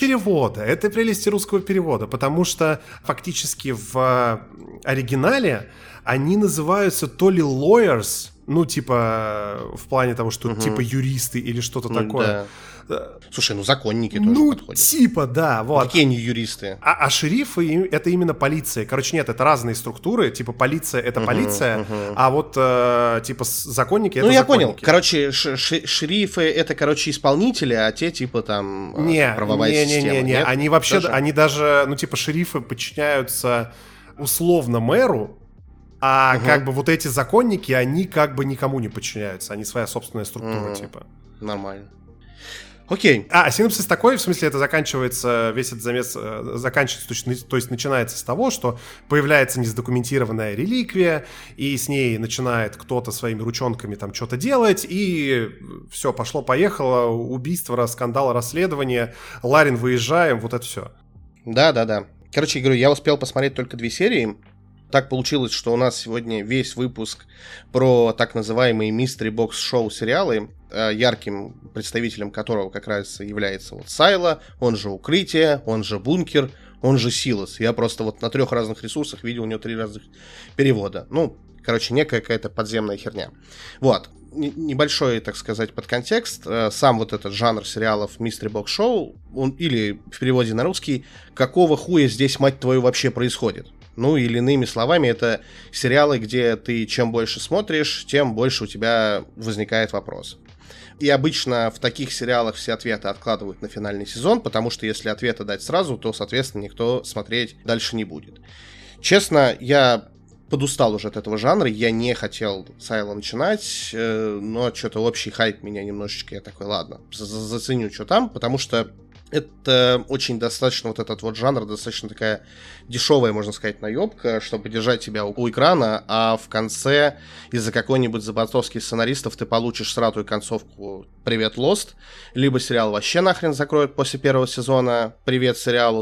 перевода, потому что фактически в оригинале они называются то ли lawyers, ну, типа, в плане того, что типа юристы или что-то такое. Да. Слушай, ну законники тоже подходят. Ну, типа, да, вот. Какие они юристы? А шерифы — это именно полиция. Короче, нет, это разные структуры. Типа, полиция — это полиция, а вот, типа, законники — это законники. Ну, я понял. Короче, шерифы — это, короче, исполнители, а те, типа, там, правовая система. Не, они вообще, они даже, ну, типа, шерифы подчиняются условно мэру, а как бы вот эти законники, они как бы никому не подчиняются. Они своя собственная структура, типа. Нормально. Окей. Синопсис такой, в смысле, это заканчивается, весь этот замес заканчивается, то есть начинается с того, что появляется незадокументированная реликвия, и с ней начинает кто-то своими ручонками там что-то делать, и все, пошло-поехало, убийство, скандал, расследование, Ларин, выезжаем, вот это все. Да. Короче, говорю, я успел посмотреть только 2 серии. Так получилось, что у нас сегодня весь выпуск про так называемые Mystery Box Show сериалы, ярким представителем которого как раз является вот Сайла, он же Укрытие, он же Бункер, он же Силос. Я просто вот на 3 разных ресурсах видел у него 3 разных перевода. Ну, короче, некая какая-то подземная херня. Вот. Небольшой, так сказать, подконтекст. Сам вот этот жанр сериалов Mystery Box Show, он, или в переводе на русский, какого хуя здесь, мать твою, вообще происходит? Ну, или иными словами, это сериалы, где ты чем больше смотришь, тем больше у тебя возникает вопрос. И обычно в таких сериалах все ответы откладывают на финальный сезон, потому что если ответы дать сразу, то, соответственно, никто смотреть дальше не будет. Честно, я подустал уже от этого жанра, я не хотел Сайла начинать, но что-то общий хайп меня немножечко, я такой, ладно, заценю, что там, потому что Это очень достаточно, вот этот вот жанр, достаточно такая дешевая, можно сказать, наебка, чтобы держать тебя у экрана, а в конце из-за какой-нибудь забастовки сценаристов ты получишь сратую концовку «Привет, Lost», либо сериал вообще нахрен закроют после первого сезона «Привет, сериалу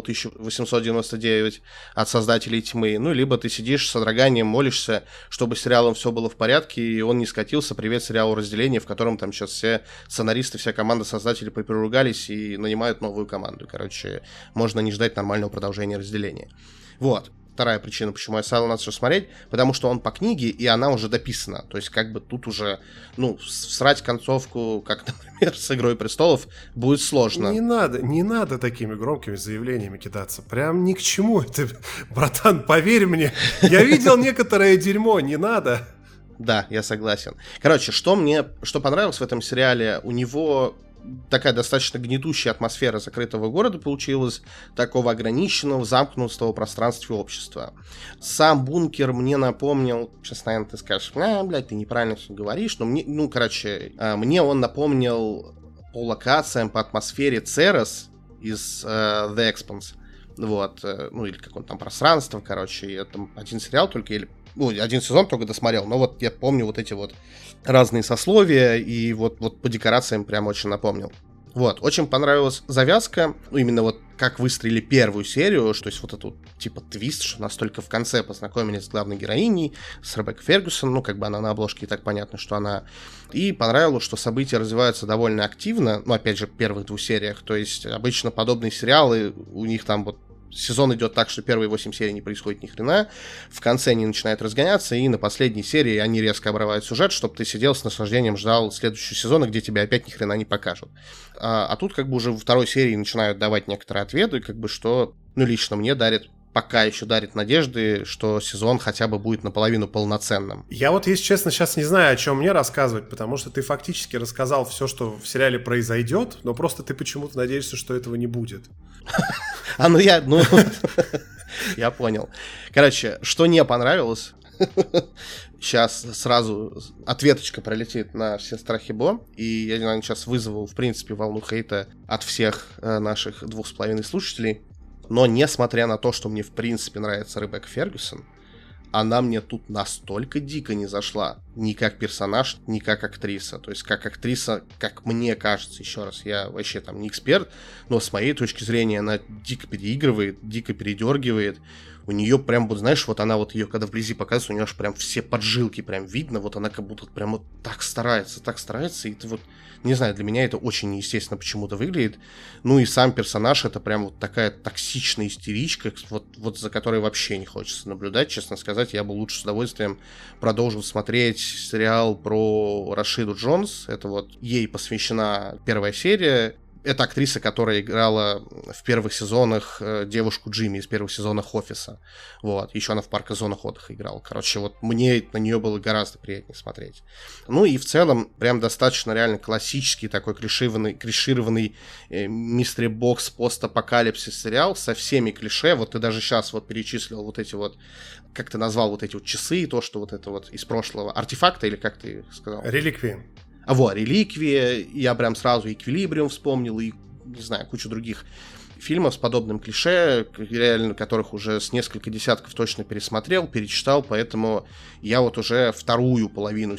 1899» от создателей «Тьмы», ну, либо ты сидишь с содроганием, молишься, чтобы с сериалом все было в порядке, и он не скатился, «Привет, сериалу разделение», в котором там сейчас все сценаристы, вся команда создателей попереругались и нанимают новую команду. Короче, можно не ждать нормального продолжения разделения. Вот. Вторая причина, почему я стал начал смотреть, потому что он по книге, и она уже дописана. То есть, как бы тут уже, ну, всрать концовку, как, например, с «Игрой престолов», будет сложно. Не надо такими громкими заявлениями кидаться. Прям ни к чему. Ты, братан, поверь мне, я видел некоторое дерьмо, не надо. Да, я согласен. Короче, что понравилось в этом сериале, у него такая достаточно гнетущая атмосфера закрытого города получилась, такого ограниченного, замкнутого пространства общества. Сам бункер мне напомнил, сейчас, наверное, ты скажешь, блядь, ты неправильно все говоришь, но мне, мне он напомнил по локациям, по атмосфере Церос из The Expanse. Вот, ну или как он там, пространство, короче, я там один сериал только, один сезон только досмотрел, но вот я помню вот эти вот разные сословия, и вот по декорациям прям очень напомнил. Вот, очень понравилась завязка, ну именно вот как выстроили первую серию, что есть вот этот типа твист, что нас только в конце познакомились с главной героиней, с Ребеккой Фергюсон, ну как бы она на обложке, и так понятно, что она. И понравилось, что события развиваются довольно активно, ну опять же в первых 2 сериях, то есть обычно подобные сериалы, у них там вот сезон идет так, что первые 8 серий не происходит ни хрена, в конце они начинают разгоняться, и на последней серии они резко обрывают сюжет, чтобы ты сидел с наслаждением, ждал следующего сезона, где тебя опять ни хрена не покажут. А тут как бы уже во второй серии начинают давать некоторые ответы, как бы что, ну лично мне пока еще дарит надежды, что сезон хотя бы будет наполовину полноценным. Я вот, если честно, сейчас не знаю, о чем мне рассказывать, потому что ты фактически рассказал все, что в сериале произойдет, но просто ты почему-то надеешься, что этого не будет. Я понял. Короче, что не понравилось, сейчас сразу ответочка пролетит на все страхи Бо, и я, наверное, сейчас вызову, в принципе, волну хейта от всех наших 2,5 слушателей. Но несмотря на то, что мне в принципе нравится Ребекка Фергюсон, она мне тут настолько дико не зашла. Ни как персонаж, ни как актриса. То есть как актриса, как мне кажется, еще раз, я вообще там не эксперт, но с моей точки зрения она дико переигрывает, дико передергивает. У нее прям, вот знаешь, вот она вот ее, когда вблизи показывается, у нее аж прям все поджилки прям видно, вот она как будто прям вот так старается, и ты вот, не знаю, для меня это очень неестественно почему-то выглядит. Ну и сам персонаж, это прям вот такая токсичная истеричка, вот за которой вообще не хочется наблюдать, честно сказать. Я бы лучше с удовольствием продолжил смотреть сериал про Рашиду Джонс, это вот ей посвящена первая серия. Это актриса, которая играла в первых сезонах девушку Джимми из первых сезонов «Офиса». Вот. Еще она в «Парке зонах отдыха» играла. Короче, вот мне на нее было гораздо приятнее смотреть. Ну и в целом, прям достаточно реально классический такой клишированный Mystery Box постапокалипсис сериал со всеми клише. Вот ты даже сейчас вот перечислил вот эти вот, как ты назвал вот эти вот часы, то, что вот это вот из прошлого. Артефакты или как ты сказал? Реликвии. «Реликвия», я прям сразу «Эквилибриум» вспомнил, и, не знаю, кучу других фильмов с подобным клише, реально которых уже с несколько десятков точно пересмотрел, перечитал, поэтому я вот уже вторую половину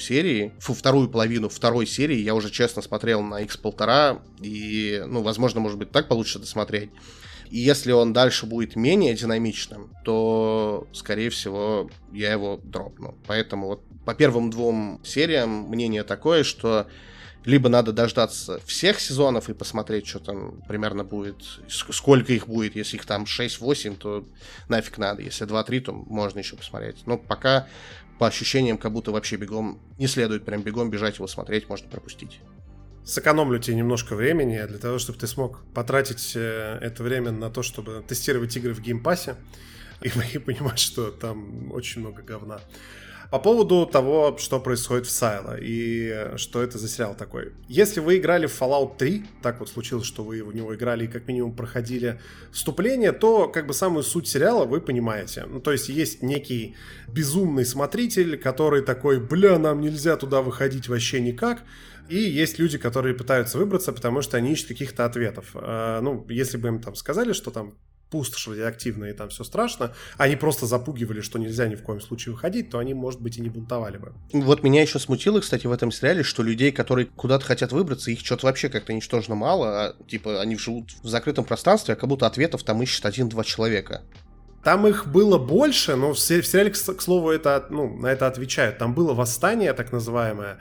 второй серии я уже честно смотрел на X1,5, и, ну, возможно, может быть, так получится досмотреть. И если он дальше будет менее динамичным, то, скорее всего, я его дропну. Поэтому вот по первым 2 сериям мнение такое, что либо надо дождаться всех сезонов и посмотреть, что там примерно будет, сколько их будет. Если их там 6-8, то нафиг надо. Если 2-3, то можно еще посмотреть. Но пока по ощущениям, как будто вообще не следует прям бегом бежать его смотреть, можно пропустить. Сэкономлю тебе немножко времени для того, чтобы ты смог потратить это время на то, чтобы тестировать игры в геймпассе и понимать, что там очень много говна. По поводу того, что происходит в Сайло и что это за сериал такой. Если вы играли в Fallout 3, так вот случилось, что вы в него играли и как минимум проходили вступление, то как бы самую суть сериала вы понимаете. Ну, то есть некий безумный смотритель, который такой, бля, нам нельзя туда выходить вообще никак. И есть люди, которые пытаются выбраться, потому что они ищут каких-то ответов. Ну, если бы им там сказали, что там пустошь радиоактивная и там все страшно, они просто запугивали, что нельзя ни в коем случае выходить, то они, может быть, и не бунтовали бы. Вот меня еще смутило, кстати, в этом сериале, что людей, которые куда-то хотят выбраться, их что-то вообще как-то ничтожно мало, а, типа они живут в закрытом пространстве, а как будто ответов там ищет 1-2 человека. Там их было больше, но в сериале, к слову, это, ну, на это отвечают. Там было восстание, так называемое.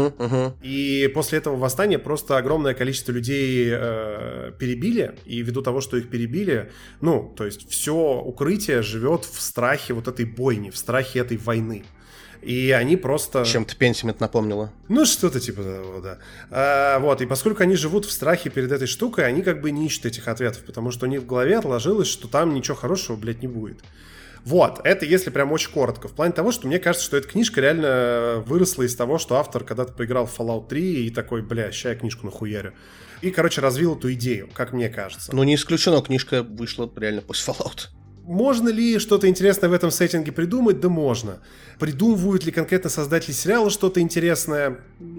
И после этого восстания просто огромное количество людей перебили. И ввиду того, что их перебили, ну, то есть все укрытие живет в страхе вот этой бойни, в страхе этой войны. И они просто... Чем-то Пентимент напомнило. Ну, что-то типа того, да. Вот, и поскольку они живут в страхе перед этой штукой, они как бы не ищут этих ответов, потому что у них в голове отложилось, что там ничего хорошего, блядь, не будет. Вот, это если прям очень коротко. В плане того, что мне кажется, что эта книжка реально выросла из того, что автор когда-то поиграл в Fallout 3 и такой, бля, ща я книжку нахуярю. И, короче, развил эту идею, как мне кажется. Ну, не исключено, книжка вышла реально после Fallout. Можно ли что-то интересное в этом сеттинге придумать? Да можно. Придумывают ли конкретно создатели сериала что-то интересное?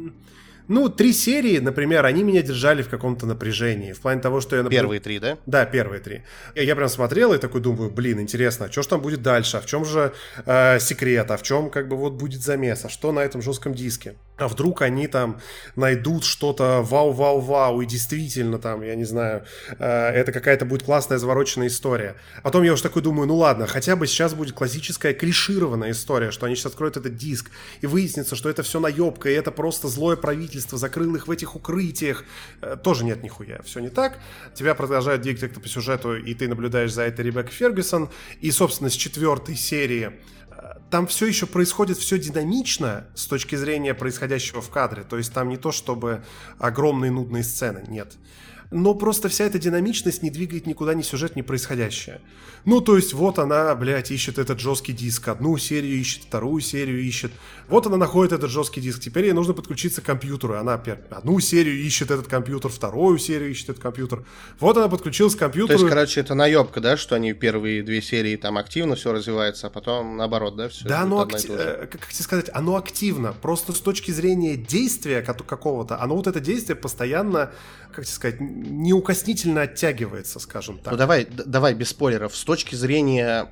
Ну, 3 серии, например, они меня держали в каком-то напряжении. В плане того, что я... Первые 3, да? Да, первые 3. Я прям смотрел и такой думаю, блин, интересно, а что ж там будет дальше? А в чем же секрет? А в чем как бы вот будет замес? А что на этом жестком диске? А вдруг они там найдут что-то вау-вау-вау, и действительно там, я не знаю, это какая-то будет классная завороченная история. Потом я уже такой думаю, ну ладно, хотя бы сейчас будет классическая клишированная история, что они сейчас откроют этот диск, и выяснится, что это все наебка, и это просто злое правительство закрыло их в этих укрытиях. Тоже нет нихуя, все не так. Тебя продолжают двигать по сюжету, и ты наблюдаешь за этой Ребеккой Фергюсон, и, собственно, с 4-й серии там все еще происходит все динамично с точки зрения происходящего в кадре. То есть там не то, чтобы огромные нудные сцены, нет. Но просто вся эта динамичность не двигает никуда ни сюжет, ни происходящее. Ну, то есть вот она, блядь, ищет этот жесткий диск. Одну серию ищет, вторую серию ищет. Вот она находит этот жесткий диск. Теперь ей нужно подключиться к компьютеру. Она одну серию ищет этот компьютер, вторую серию ищет этот компьютер. Вот она подключилась к компьютеру. То есть, короче, это наебка, да, что они первые 2 серии там активно все развивается, а потом наоборот, да? Все да, оно как тебе сказать, оно активно. Просто с точки зрения действия какого-то, оно вот это действие постоянно, как тебе сказать, неукоснительно оттягивается, скажем так. Ну давай без спойлеров. С точки зрения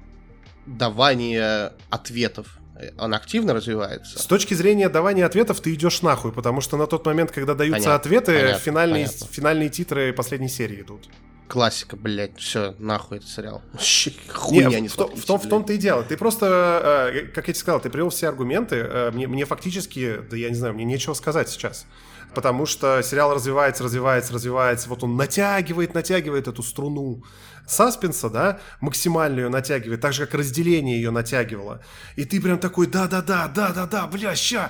давания ответов, он активно развивается? С точки зрения давания ответов ты идешь нахуй, потому что на тот момент, когда даются ответы, финальные титры последней серии идут. Классика, блядь, все, нахуй этот сериал. Хуйня не смотрите. В том-то и дело. Ты просто, как я тебе сказал, ты привел все аргументы. Мне фактически, да я не знаю, мне нечего сказать сейчас. Потому что сериал развивается. Вот он натягивает эту струну саспенса, да, максимально ее натягивает, так же, как разделение ее натягивало. И ты прям такой, да, бля, ща,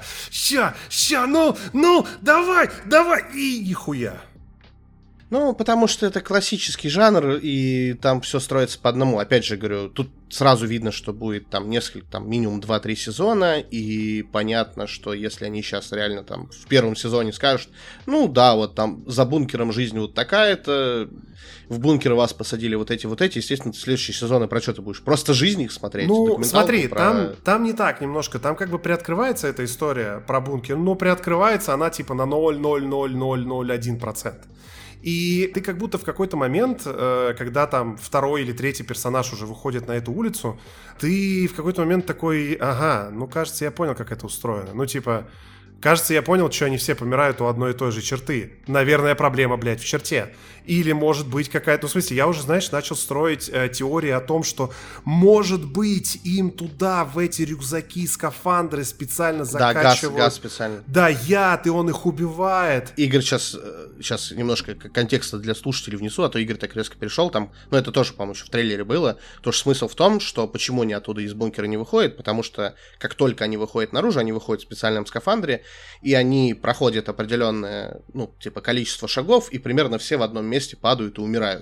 ну, давай, и нихуя. Ну, потому что это классический жанр, и там все строится по одному. Опять же, говорю, тут сразу видно, что будет там несколько, там минимум 2-3 сезона, и понятно, что если они сейчас реально там в первом сезоне скажут, ну да, вот там за бункером жизнь вот такая-то, в бункер вас посадили вот эти, естественно, следующие сезоны про что ты будешь? Просто жизнь их смотреть? Ну, смотри, там не так немножко, там как бы приоткрывается эта история про бункер, но приоткрывается она типа на 0,00001%. И ты как будто в какой-то момент, когда там 2-й или 3-й персонаж уже выходит на эту улицу, ты в какой-то момент такой, ага, ну кажется, я понял, как это устроено. Ну типа, кажется, я понял, что они все помирают у одной и той же черты. Наверное, проблема, блядь, в черте. Или, может быть, какая-то... Ну, в смысле, я уже, знаешь, начал строить теории о том, что, может быть, им туда, в эти рюкзаки, скафандры специально закачивают... Да, газ специально. Да, яд, и он их убивает. Игорь, сейчас немножко контекста для слушателей внесу, а то Игорь так резко перешел там. Ну, это тоже, по-моему, еще в трейлере было. Тоже смысл в том, что почему они оттуда из бункера не выходят, потому что как только они выходят наружу, они выходят в специальном скафандре, и они проходят определенное, ну, типа, количество шагов, и примерно все в одном месте падают и умирают.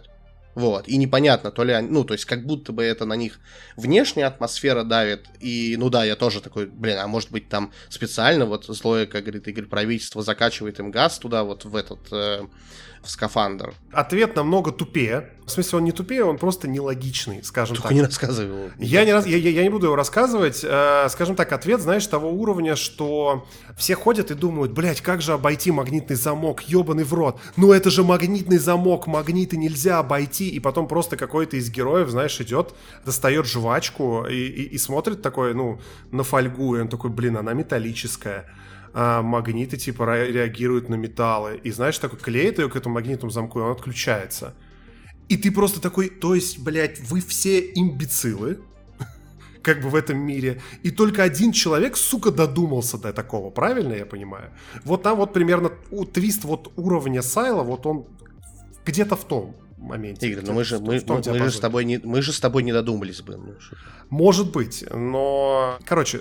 Вот, и непонятно, то ли они, ну, то есть, как будто бы это на них внешняя атмосфера давит, и, ну да, я тоже такой, блин, а может быть там специально вот злое, как говорит Игорь, правительство закачивает им газ туда, вот в этот, в скафандр. Ответ намного тупее. В смысле, он не тупее, он просто нелогичный, скажем Только так. не рассказывай его. Я не буду его рассказывать. Скажем так, ответ, знаешь, того уровня, что все ходят и думают, блять, как же обойти магнитный замок, ебаный в рот. Ну это же магнитный замок, магниты нельзя обойти. И потом просто какой-то из героев, знаешь, идет, достает жвачку и смотрит такой, ну, на фольгу. И он такой, блин, она металлическая. А магниты типа реагируют на металлы. И знаешь, такой клеит ее к этому магнитному замку, и он отключается. И ты просто такой, то есть, блядь, вы все имбецилы, как бы в этом мире, и только один человек, сука, додумался до такого, правильно я понимаю? Вот там вот примерно твист вот уровня Сайла, вот он где-то в том моменте. Игорь, ну мы же с тобой не додумались бы. Может быть, но... Короче,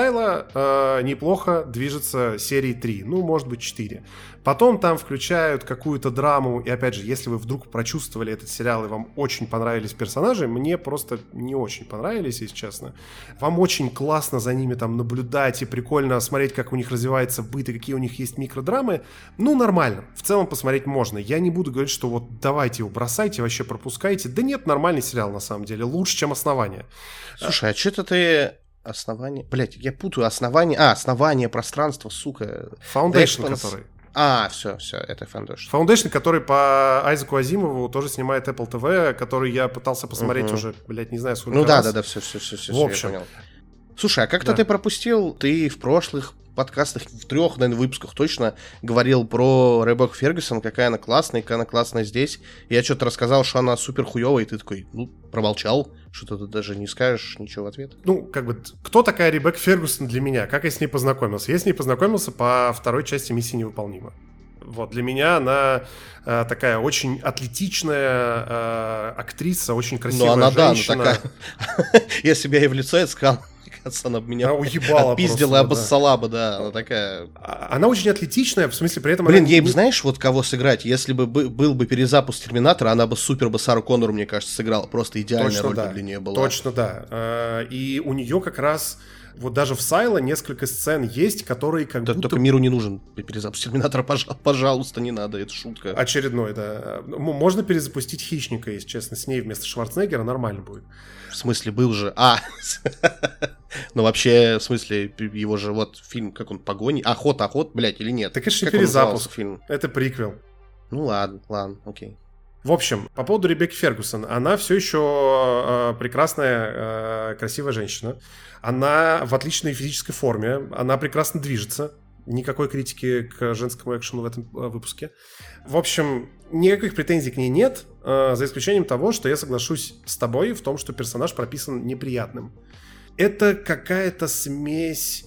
Сайла неплохо движется серии 3, ну, может быть, 4. Потом там включают какую-то драму, и опять же, если вы вдруг прочувствовали этот сериал и вам очень понравились персонажи, мне просто не очень понравились, если честно. Вам очень классно за ними там наблюдать и прикольно смотреть, как у них развивается быт и какие у них есть микродрамы, ну, нормально. В целом посмотреть можно. Я не буду говорить, что вот давайте его бросайте, вообще пропускайте. Да нет, нормальный сериал на самом деле, лучше, чем «Основание». Слушай, а что-то ты... Основание... Блять, я путаю основание... Основание пространства, сука. Foundation, который... Все, это Foundation. Foundation, который по Айзеку Азимову тоже снимает Apple TV, который я пытался посмотреть уже, блядь, не знаю сколько раз. Ну да, все, в общем. я понял. Слушай, а как-то ты пропустил, ты в прошлых подкастах, в 3, наверное, выпусках точно говорил про Ребекку Фергюсон, какая она классная здесь. Я что-то рассказал, что она супер хуёвая, и ты такой, ну, промолчал, что-то ты даже не скажешь ничего в ответ. Ну, как бы, кто такая Ребекка Фергюсон для меня? Как я с ней познакомился? Я с ней познакомился по 2 части «Миссии невыполнима». Вот, для меня она такая очень атлетичная актриса, очень красивая женщина. Да, такая. Если бы я ей в лицо это сказал, она бы меня отпиздила и обоссала бы, да, она такая... Она очень атлетичная, в смысле, при этом... Блин, ей бы, знаешь, вот кого сыграть? Если бы был бы перезапуск Терминатора, она бы супер бы Сару Коннору, мне кажется, сыграла. Просто идеальная роль для нее была. Точно, да. И у нее как раз... Вот даже в Сайла несколько сцен есть, которые как будто... Только миру не нужен перезапуск Терминатора, пожалуйста, не надо, это шутка. Очередной, да. Можно перезапустить Хищника, если честно, с ней вместо Шварценеггера нормально будет. В смысле, был же... Ну, вообще, в смысле, его же вот фильм, как он, «Погони»? Охот, блядь, или нет? Так это же перезапуск. Фильм. Это приквел. Ну ладно, окей. В общем, по поводу Ребекки Фергюсон. Она все еще прекрасная, красивая женщина. Она в отличной физической форме. Она прекрасно движется. Никакой критики к женскому экшену в этом выпуске. В общем, никаких претензий к ней нет, за исключением того, что я соглашусь с тобой в том, что персонаж прописан неприятным. Это какая-то смесь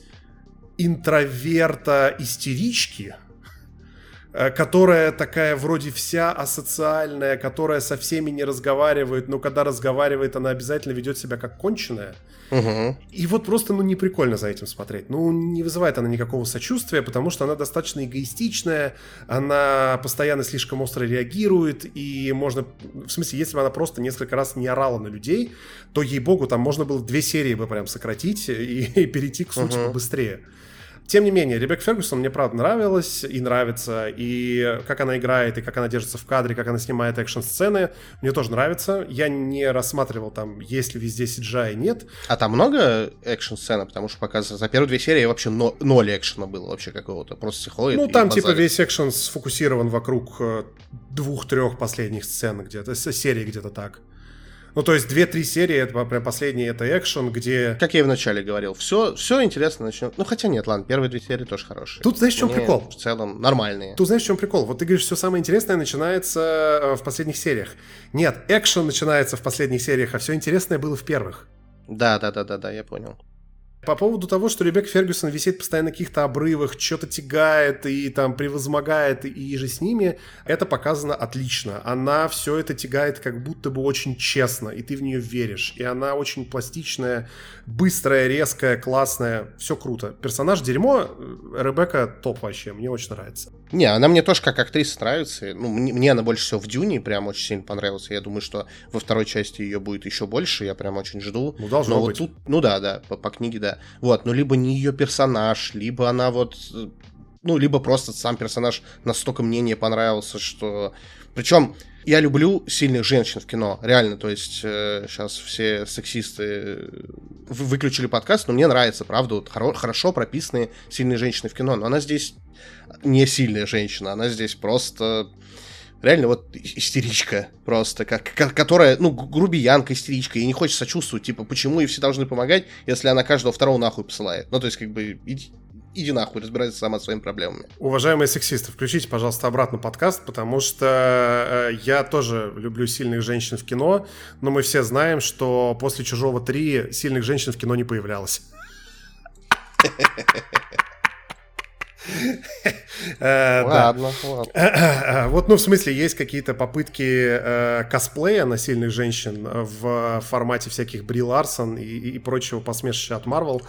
интроверта-истерички, которая такая вроде вся асоциальная, которая со всеми не разговаривает, но когда разговаривает, она обязательно ведет себя как конченая. Угу. И вот просто, не прикольно за этим смотреть. Не вызывает она никакого сочувствия, потому что она достаточно эгоистичная, она постоянно слишком остро реагирует, и можно... В смысле, если бы она просто несколько раз не орала на людей, то, ей-богу, там можно было 2 серии бы прям сократить и перейти к сути побыстрее. Тем не менее, Ребекка Фергюсон мне правда нравилась и нравится, и как она играет, и как она держится в кадре, как она снимает экшн-сцены, мне тоже нравится. Я не рассматривал там, есть ли везде CGI, нет. А там много экшн-сцены? Потому что пока за первые 2 серии вообще 0 экшена было вообще какого-то, просто все ходит. Ну, там типа весь экшен сфокусирован вокруг 2-3 последних сцен где-то, серии где-то так. Ну, то есть 2-3 серии, это прям последний, это экшен, где... Как я и вначале говорил, все интересно начнет. Ну, хотя нет, ладно, первые 2 серии тоже хорошие. Тут знаешь, в чем прикол? В целом нормальные. Тут знаешь, в чем прикол? Вот ты говоришь, все самое интересное начинается в последних сериях. Нет, экшен начинается в последних сериях, а все интересное было в первых. Да, я понял. По поводу того, что Ребекка Фергюсон висит постоянно на каких-то обрывах, что-то тягает и там превозмогает, и же с ними, это показано отлично. Она все это тягает как будто бы очень честно, и ты в нее веришь. И она очень пластичная, быстрая, резкая, классная, все круто. Персонаж дерьмо, Ребекка топ вообще, мне очень нравится. Не, она мне тоже как актриса нравится. Ну, мне она больше всего в «Дюне» прям очень сильно понравилась. Я думаю, что во второй части ее будет еще больше. Я прям очень жду. Ну, должно Но быть. вот тут, ну да, по книге, да. Вот, ну, либо не ее персонаж, либо она вот... Ну, либо просто сам персонаж настолько мне не понравился, что... Причем я люблю сильных женщин в кино, реально. То есть сейчас все сексисты выключили подкаст, но мне нравится, правда, вот хорошо прописанные сильные женщины в кино. Но она здесь не сильная женщина, она здесь просто... Реально вот истеричка просто, которая, ну, грубиянка, истеричка, и не хочет сочувствовать, типа, почему ей все должны помогать, если она каждого второго нахуй посылает. Ну, то есть, как бы, иди нахуй, разбирайся сама своими проблемами. Уважаемые сексисты, включите, пожалуйста, обратно подкаст, потому что я тоже люблю сильных женщин в кино, но мы все знаем, что после «Чужого 3» сильных женщин в кино не появлялось. Ладно. Вот, ну, в смысле, есть какие-то попытки косплея на сильных женщин в формате всяких Бри Ларсон и прочего посмешища от Marvel.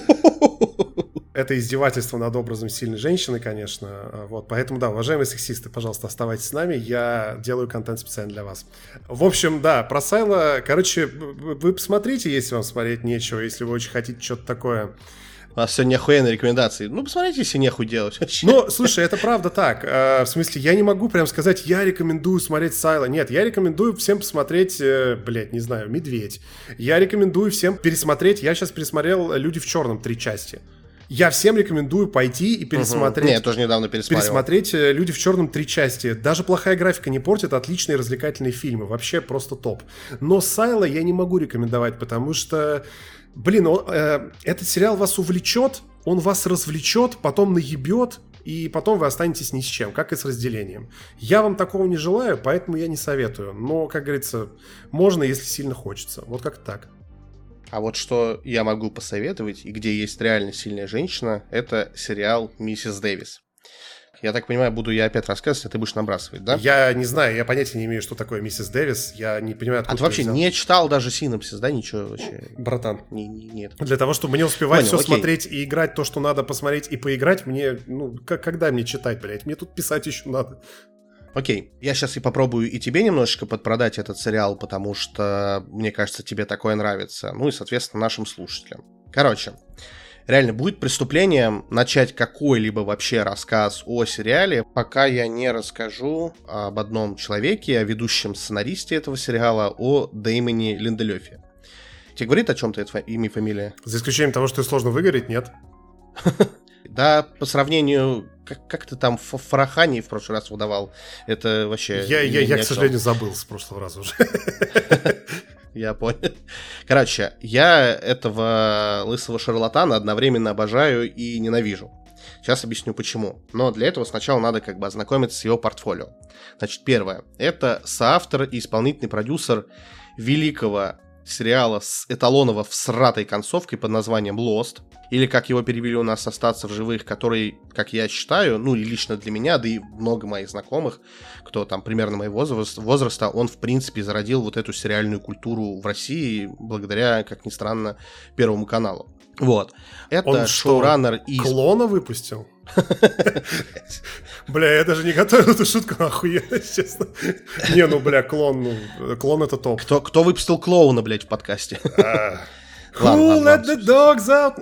Это издевательство над образом сильной женщины, конечно. Вот, поэтому, да, уважаемые сексисты, пожалуйста, оставайтесь с нами. Я делаю контент специально для вас. В общем, да, про Сайла, короче, вы посмотрите, если вам смотреть нечего, если вы очень хотите что-то такое. У нас сегодня охуенные рекомендации. Ну, посмотрите, если нехуй делать. Ну, слушай, это правда так. В смысле, я не могу прям сказать, я рекомендую смотреть Сайла. Нет, я рекомендую всем посмотреть, не знаю, «Медведь». Я рекомендую всем пересмотреть, я сейчас пересмотрел «Люди в черном» 3 части. Я всем рекомендую пойти и пересмотреть. Нет, я тоже недавно пересмотрел. Пересмотреть «Люди в черном» 3 части. Даже плохая графика не портит, отличные развлекательные фильмы. Вообще просто топ. Но Сайла я не могу рекомендовать, потому что... Блин, этот сериал вас увлечет, он вас развлечет, потом наебет, и потом вы останетесь ни с чем, как и с «Разделением». Я вам такого не желаю, поэтому я не советую. Но, как говорится, можно, если сильно хочется. Вот как так. А вот что я могу посоветовать, и где есть реально сильная женщина, это сериал «Миссис Дэвис». Я так понимаю, буду я опять рассказывать, а ты будешь набрасывать, да? Я не знаю, я понятия не имею, что такое «Миссис Дэвис». Я не понимаю, откуда ты вообще не читал даже синопсис, да, ничего вообще? Братан. Нет. Для того, чтобы мне успевать все смотреть и играть то, что надо посмотреть и поиграть, мне, ну, когда мне читать, блядь? Мне тут писать еще надо. Окей, я сейчас и попробую и тебе немножечко подпродать этот сериал, потому что, мне кажется, тебе такое нравится. Ну и, соответственно, нашим слушателям. Короче, реально будет преступлением начать какой-либо вообще рассказ о сериале, пока я не расскажу об одном человеке, о ведущем сценаристе этого сериала, о Дэймоне Линделёфе. Тебе говорит о чем-то это имя и фамилия? За исключением того, что сложно выговорить, нет. Да, по сравнению... Как ты там в Фарахане в прошлый раз выдавал? Это вообще... Я, к сожалению, забыл с прошлого раза уже. Я понял. Короче, я этого лысого шарлатана одновременно обожаю и ненавижу. Сейчас объясню почему. Но для этого сначала надо как бы ознакомиться с его портфолио. Значит, первое. Это соавтор и исполнительный продюсер великого сериала с эталоново всратой концовкой под названием Lost, или как его перевели у нас «Остаться в живых», который, как я считаю, ну и лично для меня, да и много моих знакомых, кто там примерно моего возраста, он в принципе зародил вот эту сериальную культуру в России благодаря, как ни странно, Первому каналу. Вот. Это шоураннер из... Клона выпустил? Бля, я даже не готовил эту шутку, нахуй, честно. Не, ну, бля, клон это топ. Кто выпустил клоуна, блядь, в подкасте? Who let the dogs out?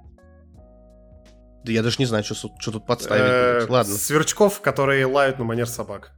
Да я даже не знаю, что тут подставить. Ладно. Сверчков, которые лают на манер собак.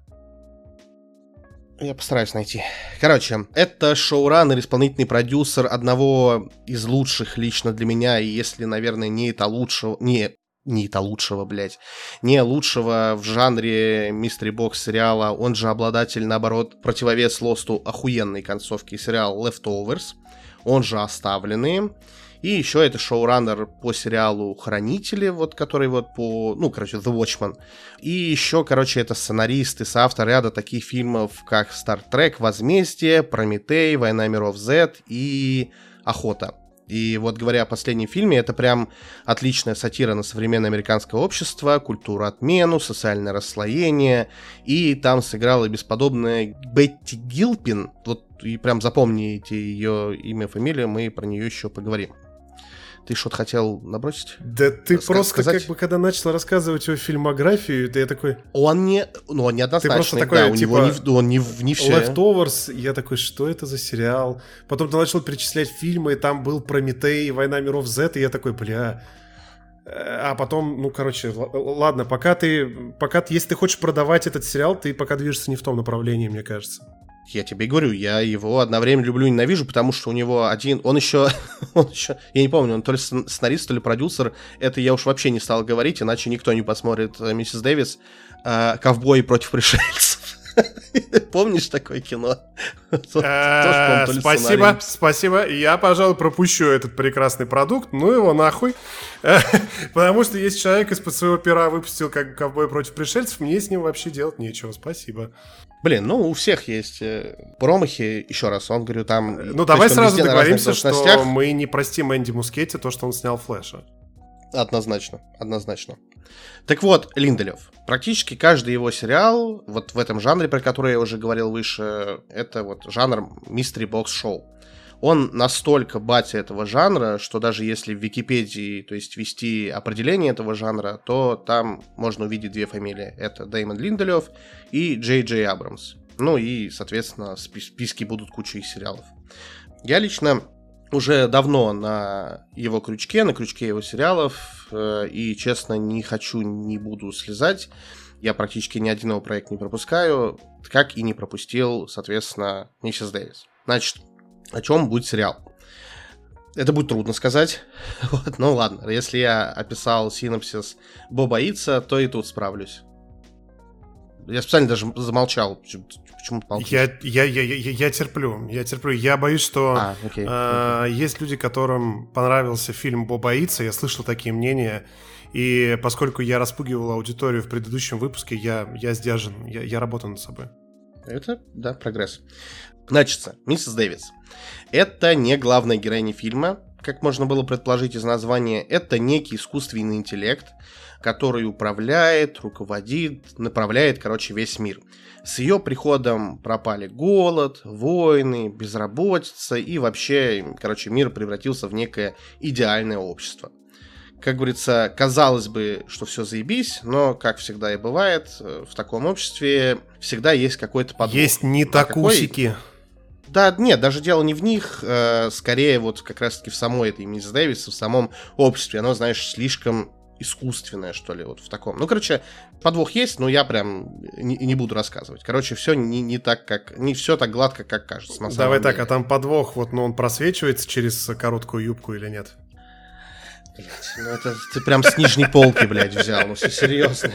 Я постараюсь найти. Короче, это шоураннер, исполнительный продюсер одного из лучших лично для меня, и если, наверное, не лучшего, блядь, не лучшего в жанре Mystery Box сериала, он же обладатель, наоборот, противовес Лосту охуенной концовки, сериал Leftovers, он же Оставленные. И еще это шоураннер по сериалу «Хранители», вот, который вот по... Ну, короче, The Watchmen. И еще, короче, это сценарист и соавтор ряда таких фильмов, как «Star Trek», «Возмездие», «Прометей», «Война миров Z» и «Охота». И вот говоря о последнем фильме, это прям отличная сатира на современное американское общество, культуру отмену, социальное расслоение. И там сыграла бесподобная Бетти Гилпин. Вот и прям запомните ее имя, фамилию, мы про нее еще поговорим. Ты что-то хотел набросить? Да ты просто сказать? как бы, когда начал рассказывать его фильмографию, я такой... Он не однозначный, ты просто такой, да, типа, он не все. Leftovers, я такой, что это за сериал? Потом ты начал перечислять фильмы, и там был Прометей, Война миров Z, и я такой, бля... А потом, ну, короче, ладно, если ты хочешь продавать этот сериал, ты пока движешься не в том направлении, мне кажется. Я тебе и говорю, я его одновременно люблю и ненавижу, потому что у него он еще, я не помню, он то ли сценарист, то ли продюсер, это я уж вообще не стал говорить, иначе никто не посмотрит «Миссис Дэвис», «Ковбои против пришельцев». Помнишь такое кино? Спасибо. Я, пожалуй, пропущу этот прекрасный продукт. Ну его нахуй. Потому что если человек из-под своего пера выпустил как «Ковбой против пришельцев», мне с ним вообще делать нечего. Спасибо. Блин, ну у всех есть промахи. Еще раз, он, говорю, там... Ну давай сразу договоримся, что мы не простим Энди Мускетти то, что он снял «Флэша». Однозначно. Так вот, Линделев. Практически каждый его сериал, вот в этом жанре, про который я уже говорил выше, это вот жанр Mystery Box Show. Он настолько батя этого жанра, что даже если в Википедии, то есть ввести определение этого жанра, то там можно увидеть две фамилии. Это Дэймон Линделев и Джей Джей Абрамс. Ну и, соответственно, в списке будут куча их сериалов. Я лично уже давно на его крючке, на крючке его сериалов, и, честно, не хочу, не буду слезать. Я практически ни один его проект не пропускаю, как и не пропустил, соответственно, «Миссис Дэвис». Значит, о чем будет сериал? Это будет трудно сказать. Вот, ну ладно, если я описал синопсис Боба Итса, то и тут справлюсь. Я специально даже замолчал. Почему ты молчишь? Я терплю. Я боюсь, что есть люди, которым понравился фильм Боба Итса. Я слышал такие мнения. И поскольку я распугивал аудиторию в предыдущем выпуске, я сдержан. Я работаю над собой. Это, да, прогресс. Значит, «Миссис Дэвис». Это не главная героиня фильма, как можно было предположить из названия. Это некий искусственный интеллект, который управляет, руководит, направляет, весь мир. С ее приходом пропали голод, войны, безработица, и вообще, мир превратился в некое идеальное общество. Как говорится, казалось бы, что все заебись, но, как всегда и бывает, в таком обществе всегда есть какой-то подвох. Есть нитокусики. Да, нет, даже дело не в них, скорее вот как раз-таки в самой этой Миссис Дэвис, в самом обществе. Оно, знаешь, слишком искусственное, что ли, вот в таком. Ну, подвох есть, но я прям не буду рассказывать. Все не так, не все так гладко, как кажется. На Давай самом так, деле. а там подвох, вот, он просвечивается через короткую юбку или нет? Блять, ну это ты прям с нижней полки, блядь, взял, ну все серьезно.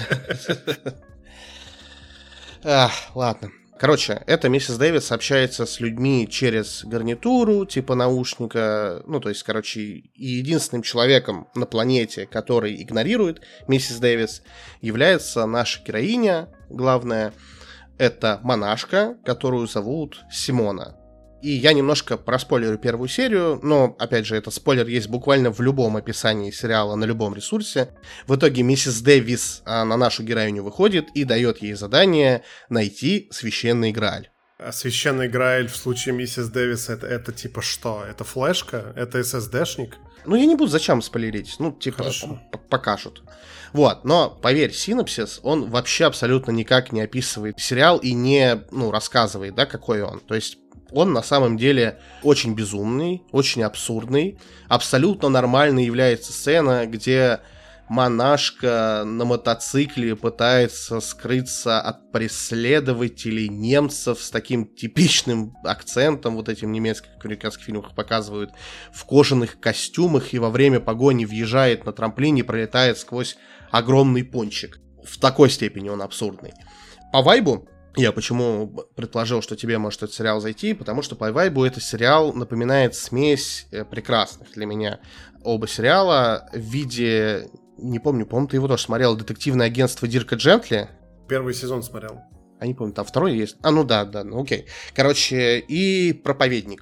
Ладно. Это Миссис Дэвис общается с людьми через гарнитуру, типа наушника, и единственным человеком на планете, который игнорирует Миссис Дэвис, является наша героиня, главная, это монашка, которую зовут Симона. И я немножко проспойлерю первую серию, но, опять же, этот спойлер есть буквально в любом описании сериала, на любом ресурсе. В итоге миссис Дэвис на нашу героиню выходит и дает ей задание найти священный Грааль. А священный Грааль в случае миссис Дэвис это типа что? Это флешка? Это SSD-шник? Ну, я не буду зачем спойлерить, покажут. Вот, но, поверь, синопсис, он вообще абсолютно никак не описывает сериал и не, рассказывает, да, какой он. То есть он на самом деле очень безумный, очень абсурдный. Абсолютно нормальной является сцена, где монашка на мотоцикле пытается скрыться от преследователей немцев с таким типичным акцентом, вот этим немецким, как в американских фильмах показывают, в кожаных костюмах, и во время погони въезжает на трамплине и пролетает сквозь огромный пончик. В такой степени он абсурдный. По вайбу, я почему предположил, что тебе может этот сериал зайти, потому что по вайбу этот сериал напоминает смесь прекрасных для меня оба сериала в виде, не помню, по-моему, ты его тоже смотрел, «Детективное агентство Дирка Джентли». Первый сезон смотрел. А не помню, там второй есть? Ну да, окей. И «Проповедника».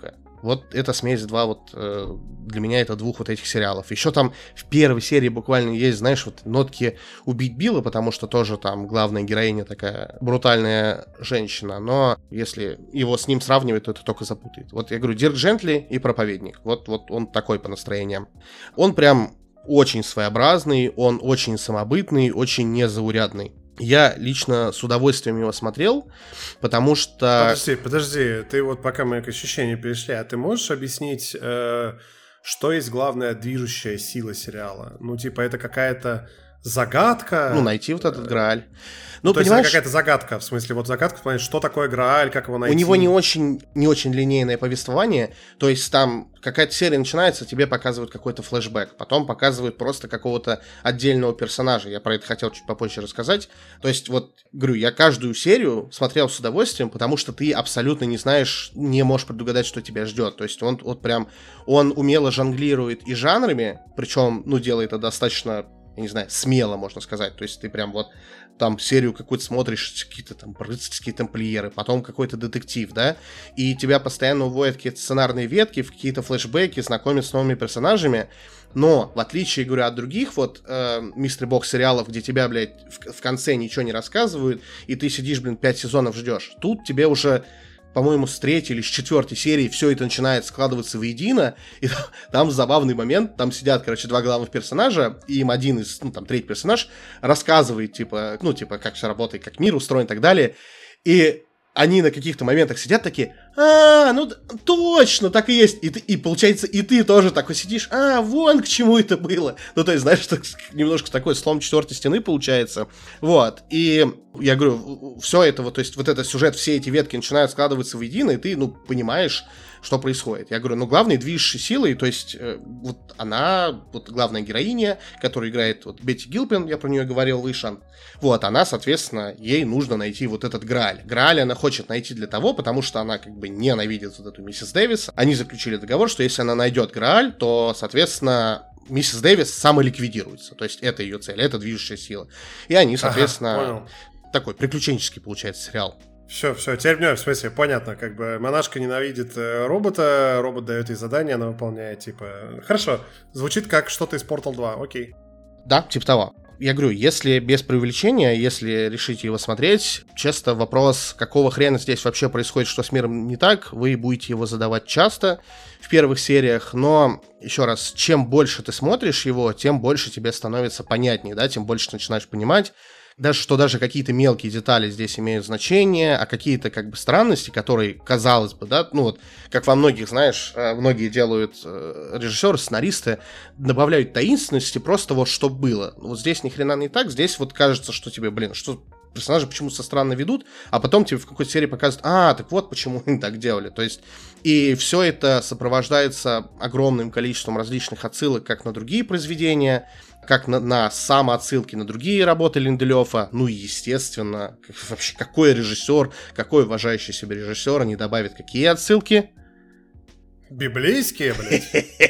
Вот эта смесь для меня это двух вот этих сериалов. Еще там в первой серии буквально есть, знаешь, вот нотки «Убить Билла», потому что тоже там главная героиня такая брутальная женщина, но если его с ним сравнивать, то это только запутает. Вот я говорю, Дирк Джентли и Проповедник. Вот он такой по настроениям. Он прям очень своеобразный, он очень самобытный, очень незаурядный. Я лично с удовольствием его смотрел, потому что... Подожди, ты вот пока мы к ощущению перешли, а ты можешь объяснить, что есть главная движущая сила сериала? Ну, типа, это какая-то загадка? Ну, найти вот этот Грааль. Ну, то понимаешь, есть это какая-то загадка, в смысле, вот загадка, в плане, что такое Грааль, как его найти? У него не очень линейное повествование, то есть там какая-то серия начинается, тебе показывают какой-то флешбэк, потом показывают просто какого-то отдельного персонажа, я про это хотел чуть попозже рассказать, то есть вот, говорю, я каждую серию смотрел с удовольствием, потому что ты абсолютно не знаешь, не можешь предугадать, что тебя ждет, то есть он умело жонглирует и жанрами, причем, делает это достаточно, я не знаю, смело, можно сказать, то есть ты прям вот там серию какую-то смотришь, какие-то там рыцарские тамплиеры, потом какой-то детектив, да, и тебя постоянно уводят какие-то сценарные ветки, в какие-то флешбеки, знакомят с новыми персонажами, но, в отличие, говорю, от других Mystery Box сериалов, где тебя, блядь, в конце ничего не рассказывают, и ты сидишь, 5 сезонов ждешь, тут тебе уже, по-моему, с 3-й или с 4-й серии все это начинает складываться воедино, и там забавный момент, там сидят, два главных персонажа, и им один из, третий персонаж рассказывает, как все работает, как мир устроен и так далее, и они на каких-то моментах сидят такие, точно, так и есть, и получается, и ты тоже такой сидишь, вон к чему это было, то есть, знаешь, немножко такой слом четвертой стены получается, вот, и я говорю, все это, то есть, вот этот сюжет, все эти ветки начинают складываться воедино, и ты, понимаешь, что происходит. Я говорю, главной движущей силой, то есть, она, главная героиня, которая играет Бетти Гилпин, я про нее говорил выше, она, соответственно, ей нужно найти вот этот Грааль. Грааль она хочет найти для того, потому что она ненавидит эту миссис Дэвис. Они заключили договор, что если она найдет Грааль, то, соответственно, миссис Дэвис самоликвидируется. То есть это ее цель, это движущая сила. И они, соответственно, такой приключенческий получается сериал. Все, теперь в смысле, понятно, монашка ненавидит робота, робот дает ей задание, она выполняет, хорошо, звучит как что-то из Portal 2, окей. Да, типа того. Я говорю, если без преувеличения, если решите его смотреть, часто вопрос, какого хрена здесь вообще происходит, что с миром не так, вы будете его задавать часто в первых сериях, но, еще раз, чем больше ты смотришь его, тем больше тебе становится понятнее, да, тем больше ты начинаешь понимать, даже какие-то мелкие детали здесь имеют значение, а какие-то странности, которые, казалось бы, да, как во многих, знаешь, многие делают режиссеры, сценаристы, добавляют таинственности просто что было. Здесь ни хрена не так, здесь кажется, что тебе, что персонажи почему-то со странно ведут, а потом тебе в какой-то серии показывают, так вот почему они так делали. То есть, и все это сопровождается огромным количеством различных отсылок как на другие произведения, как на самоотсылки на другие работы Линделёфа. И, естественно, вообще какой режиссер, какой уважающий себя режиссер не добавит какие отсылки? Библейские, блядь.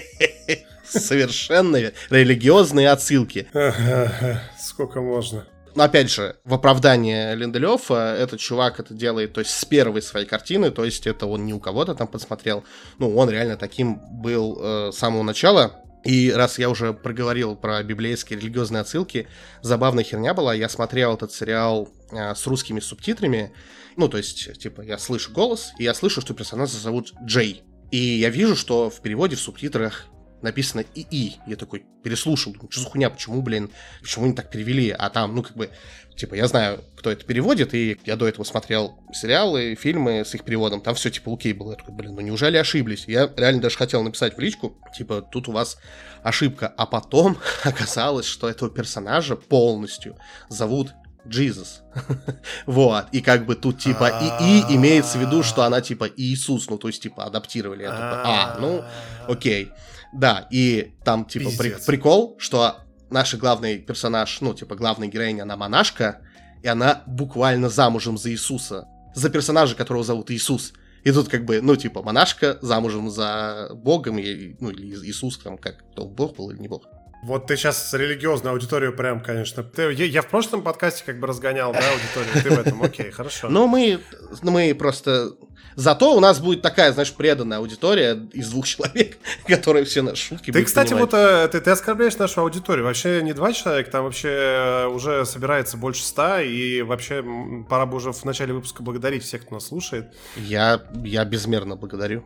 Совершенно религиозные отсылки. Сколько можно? Но опять же, в оправдание Линделёфа этот чувак это делает, то есть с первой своей картины, то есть это он не у кого-то там подсмотрел, он реально таким был с самого начала. И раз я уже проговорил про библейские религиозные отсылки, забавная херня была, я смотрел этот сериал с русскими субтитрами, то есть, я слышу голос, и я слышу, что персонажа зовут Джей. И я вижу, что в переводе, в субтитрах написано ИИ. Я такой переслушал, думаю, что за хуйня, почему они так перевели? А там, я знаю, кто это переводит, и я до этого смотрел сериалы, фильмы с их переводом, там все, окей было. Я такой, неужели ошиблись? Я реально даже хотел написать в личку, тут у вас ошибка. А потом оказалось, что этого персонажа полностью зовут Jesus. Вот. И тут ИИ имеется в виду, что она Иисус, то есть адаптировали. Я такой, окей. Да, и там прикол, что наш главный персонаж, главная героиня, она монашка, и она буквально замужем за Иисуса. За персонажа, которого зовут Иисус. И тут монашка замужем за Богом, или Иисус, как то Бог был или не Бог. Вот ты сейчас религиозную аудиторию прям, конечно. Я в прошлом подкасте как бы разгонял, да, аудиторию, ты в этом, окей, хорошо. Но мы просто... Зато у нас будет такая, знаешь, преданная аудитория из 2 человек, которые все наши шутки будут Ты, кстати, понимать. вот ты оскорбляешь нашу аудиторию. Вообще не 2 человека, там вообще уже собирается больше 100, и вообще пора бы уже в начале выпуска благодарить всех, кто нас слушает. Я безмерно благодарен.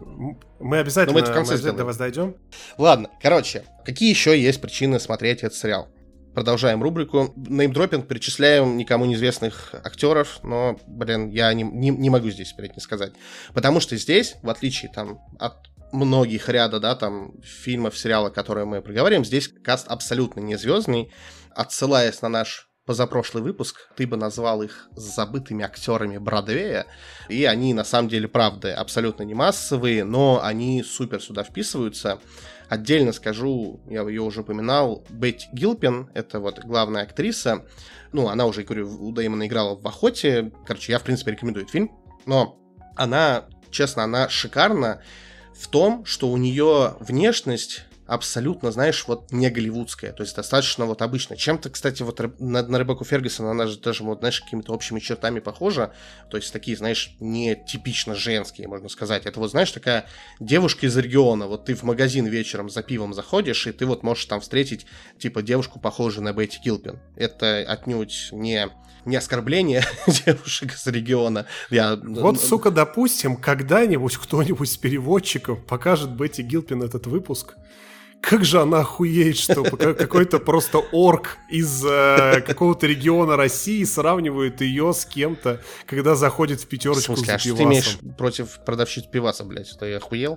Мы обязательно, Но мы это в конце сделаем. до вас дойдем. Ладно, короче, какие еще есть причины смотреть этот сериал? Продолжаем рубрику. Неймдропинг, перечисляем никому неизвестных актеров, но, я не могу здесь вперед не сказать. Потому что здесь, в отличие там от многих ряда, да, там, фильмов, сериалов, которые мы проговорим, здесь каст абсолютно не звездный. Отсылаясь на наш позапрошлый выпуск, ты бы назвал их забытыми актерами Бродвея, и они, на самом деле, правда, абсолютно не массовые, но они супер сюда вписываются. Отдельно скажу, я ее уже упоминал, Бетти Гилпин, это вот главная актриса, она уже, говорю, у Дэймона играла в «Охоте», короче, я, в принципе, рекомендую этот фильм, но она, честно, она шикарна в том, что у нее внешность абсолютно, знаешь, вот не голливудская, то есть достаточно вот обычно. Чем-то, кстати, вот на Ребекку Фергюсон она же даже вот, знаешь, какими-то общими чертами похожа, то есть такие, знаешь, не типично женские, можно сказать. Это вот, знаешь, такая девушка из региона, вот ты в магазин вечером за пивом заходишь, и ты вот можешь там встретить, типа, девушку, похожую на Бетти Гилпин. Это отнюдь не оскорбление девушек из региона. Вот, сука, допустим, когда-нибудь кто-нибудь с переводчиком покажет Бетти Гилпин этот выпуск. Как же она охуеет, что какой-то просто орк из какого-то региона России сравнивает ее с кем-то, когда заходит в пятерочку. В смысле, за а что пивасом. ты имеешь против продавщиц пиваса, блядь? Ты охуел?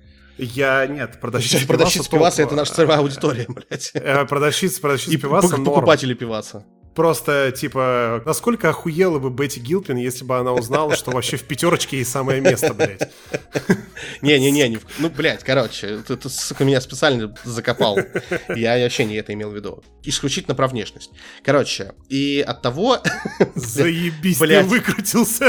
Нет, продавщиц пиваса это наша целевая аудитория, блядь. Продавщиц И пиваса норм. покупатели пиваса. Просто, типа, насколько охуела бы Бетти Гилпин, если бы она узнала, что вообще в пятерочке ей самое место, блядь. Не, блядь, короче, ты, сука, меня специально закопал. Я вообще не это имел в виду. Исключительно про внешность. Короче, и от того... Заебись, ты выкрутился.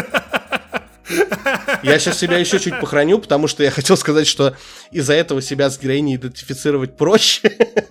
Я сейчас себя еще чуть похороню, потому что я хотел сказать, что из-за этого себя с героиней идентифицировать проще.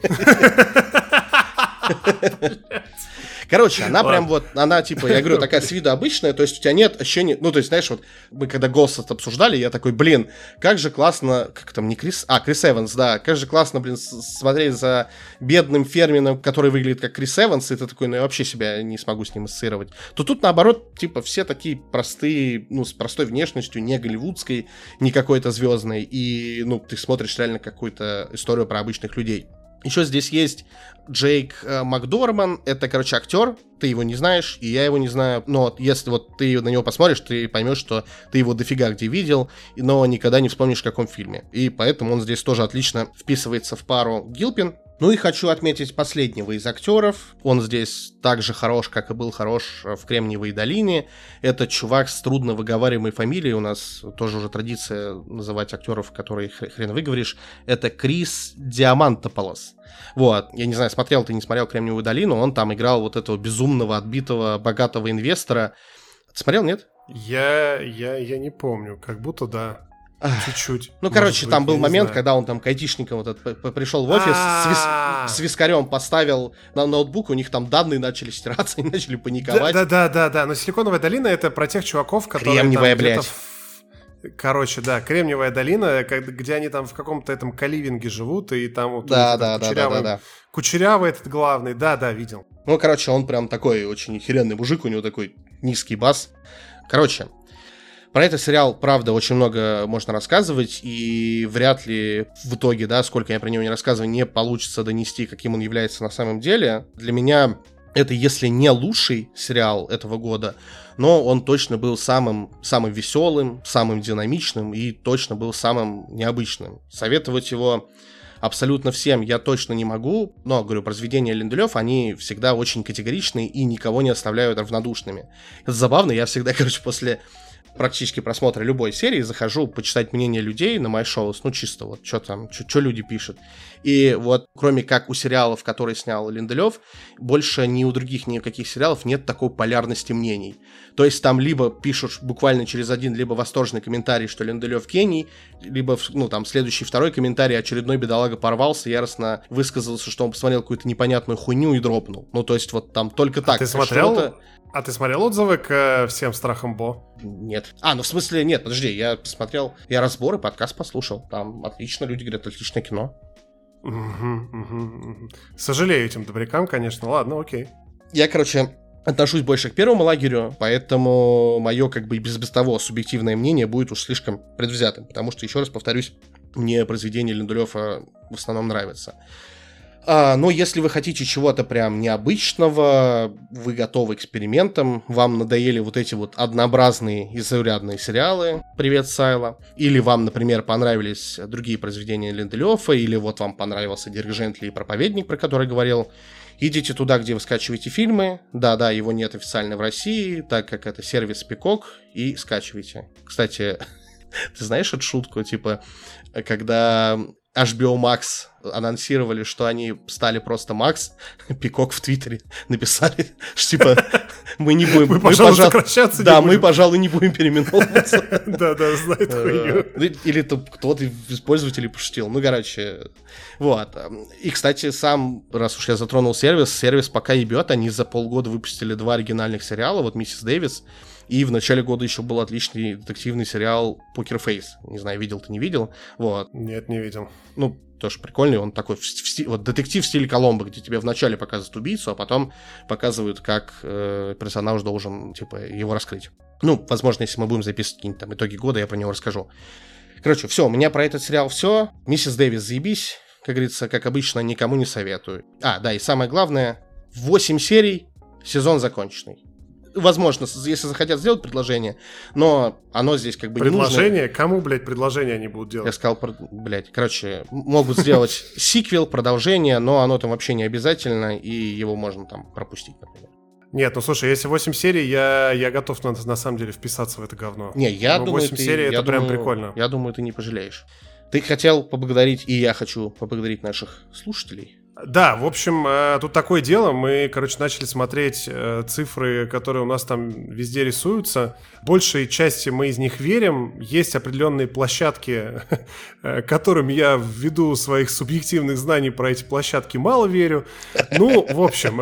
Короче, она прям вот, она типа, я говорю, такая с виду обычная, то есть у тебя нет ощущения, то есть, знаешь, вот мы когда Ghost обсуждали, я такой, блин, как же классно, как там, не Крис Эванс, да, как же классно, блин, смотреть за бедным фермером, который выглядит как Крис Эванс, и ты такой, я вообще себя не смогу с ним ассоциировать. То тут, наоборот, типа, все такие простые, с простой внешностью, не голливудской, не какой-то звездной, и, ты смотришь реально какую-то историю про обычных людей. Еще здесь есть Джейк Макдорман, это, короче, актер, ты его не знаешь, и я его не знаю, но если вот ты на него посмотришь, ты поймешь, что ты его дофига где видел, но никогда не вспомнишь, в каком фильме. И поэтому он здесь тоже отлично вписывается в пару Гилпин. Ну и хочу отметить последнего из актеров. Он здесь так же хорош, как и был хорош в «Кремниевой долине». Это чувак с трудно выговариваемой фамилией. У нас тоже уже традиция называть актеров, которые хрен выговоришь. Это Крис Диамантополос. Вот, я не знаю, смотрел ты, не смотрел «Кремниевую долину», он там играл вот этого безумного, отбитого, богатого инвестора. Ты смотрел, нет? Я не помню, как будто да. Чуть-чуть. Короче, там был момент, когда он там к айтишникам пришел в офис, с вискарем поставил на ноутбук, у них там данные начали стираться и начали паниковать. Да. Но «Силиконовая долина» — это про тех чуваков, которые... Кремниевая, блядь. Короче, да, Кремниевая долина, где они там в каком-то этом коливинге живут, и там вот да. Кучерявый этот главный, да, видел. Короче, он прям такой очень охеренный мужик, у него такой низкий бас. Короче, про этот сериал, правда, очень много можно рассказывать, и вряд ли в итоге, да, сколько я про него не рассказываю, не получится донести, каким он является на самом деле. Для меня это, если не лучший сериал этого года, но он точно был самым веселым, самым динамичным и точно был самым необычным. Советовать его абсолютно всем я точно не могу, но, говорю, произведения Линделёв, они всегда очень категоричны и никого не оставляют равнодушными. Это забавно, я всегда, после практически просмотра любой серии захожу почитать мнение людей на MyShows, чисто вот, что там, что люди пишут. И вот кроме как у сериалов, которые снял Линделёв, больше ни у других никаких сериалов нет такой полярности мнений. То есть там либо пишут буквально через один, либо восторженный комментарий, что Линделёв гений, либо, ну, там, следующий, второй комментарий, очередной бедолага порвался, яростно высказался, что он посмотрел какую-то непонятную хуйню и дропнул. Ну, то есть вот там только так. Ты смотрел? А ты смотрел отзывы к «Всем страхам Бо»? Нет. Ну в смысле, нет, подожди, я посмотрел, я разбор и подкаст послушал. Там отлично, люди говорят, отличное кино. Сожалею этим добрякам, конечно, ладно, окей. Я, короче, отношусь больше к первому лагерю, поэтому мое, как бы, без того субъективное мнение будет уж слишком предвзятым, потому что, еще раз повторюсь, мне произведение Линделёва в основном нравится. Но если вы хотите чего-то прям необычного, вы готовы к экспериментам, вам надоели вот эти вот однообразные и заурядные сериалы «Привет, Сайла», или вам, например, понравились другие произведения Линделёва, или вот вам понравился «Дирк Джентли» и «Проповедник», про который говорил, идите туда, где вы скачиваете фильмы. Да-да, его нет официально в России, так как это сервис Пикок, и скачивайте. Кстати, ты знаешь эту шутку, типа, когда HBO Max анонсировали, что они стали просто Max, Пикок в Твиттере написали, что типа мы не будем... Мы, пожалуй, сокращаться да, мы, пожалуй, не будем переименовываться. Да-да, знает хуйню. Или кто-то из пользователей пошутил. Ну, короче, вот. И, кстати, сам, раз уж я затронул сервис пока ебет, они за полгода выпустили 2 оригинальных сериала, вот «Миссис Дэвис», и в начале года еще был отличный детективный сериал «Покер Фейс». Не знаю, видел ты, не видел? Вот. Нет, не видел. Ну, тоже прикольный, он такой вот детектив в стиле Коломбо, где тебе вначале показывают убийцу, а потом показывают, как персонаж должен, типа, его раскрыть. Ну, возможно, если мы будем записывать какие-нибудь там итоги года, я про него расскажу. Короче, все, у меня про этот сериал все. «Миссис Дэвис», заебись. Как говорится, как обычно, никому не советую. Да, и самое главное, 8 серий, сезон законченный. Возможно, если захотят сделать предложение, но оно здесь как бы не нужно. Предложение? Кому, блядь, предложение они будут делать? Я сказал, блядь, короче, могут сделать сиквел, продолжение, но оно там вообще не обязательно, и его можно там пропустить, например. Нет, ну слушай, если 8 серий, я готов на самом деле вписаться в это говно. Не, я думаю, 8 серий это прям прикольно. Я думаю, ты не пожалеешь. Ты хотел поблагодарить, и я хочу поблагодарить наших слушателей. Да, в общем, тут такое дело. Мы, короче, начали смотреть цифры, которые у нас там везде рисуются. Большей части мы из них верим. Есть определенные площадки, которым я ввиду своих субъективных знаний про эти площадки мало верю. Ну, в общем...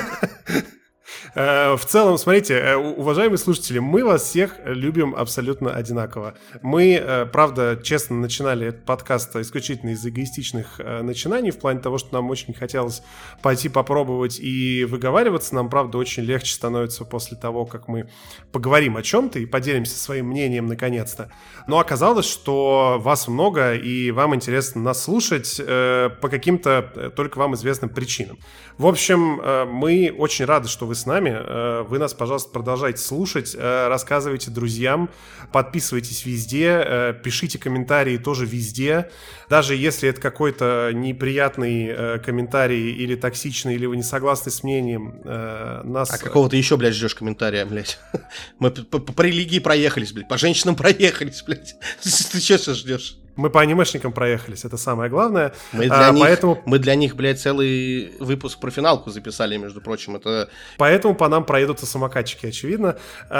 В целом, смотрите, уважаемые слушатели, мы вас всех любим абсолютно одинаково. Мы, правда, честно начинали этот подкаст исключительно из эгоистичных начинаний, в плане того, что нам очень хотелось пойти попробовать и выговариваться. Нам, правда, очень легче становится после того, как мы поговорим о чем-то и поделимся своим мнением наконец-то. Но оказалось, что вас много, и вам интересно нас слушать по каким-то только вам известным причинам. В общем, мы очень рады, что вы с нами. Вы нас, пожалуйста, продолжайте слушать, рассказывайте друзьям, подписывайтесь везде, пишите комментарии тоже везде. Даже если это какой-то неприятный комментарий или токсичный, или вы не согласны с мнением нас... А какого ты еще, блядь, ждешь комментария, блядь? Мы по религии проехались, блядь, по женщинам проехались, блядь. Ты что ждешь? Мы по анимешникам проехались, это самое главное. Мы для них, блядь, целый выпуск про финалку записали, между прочим. Это... Поэтому по нам проедутся самокатчики, очевидно.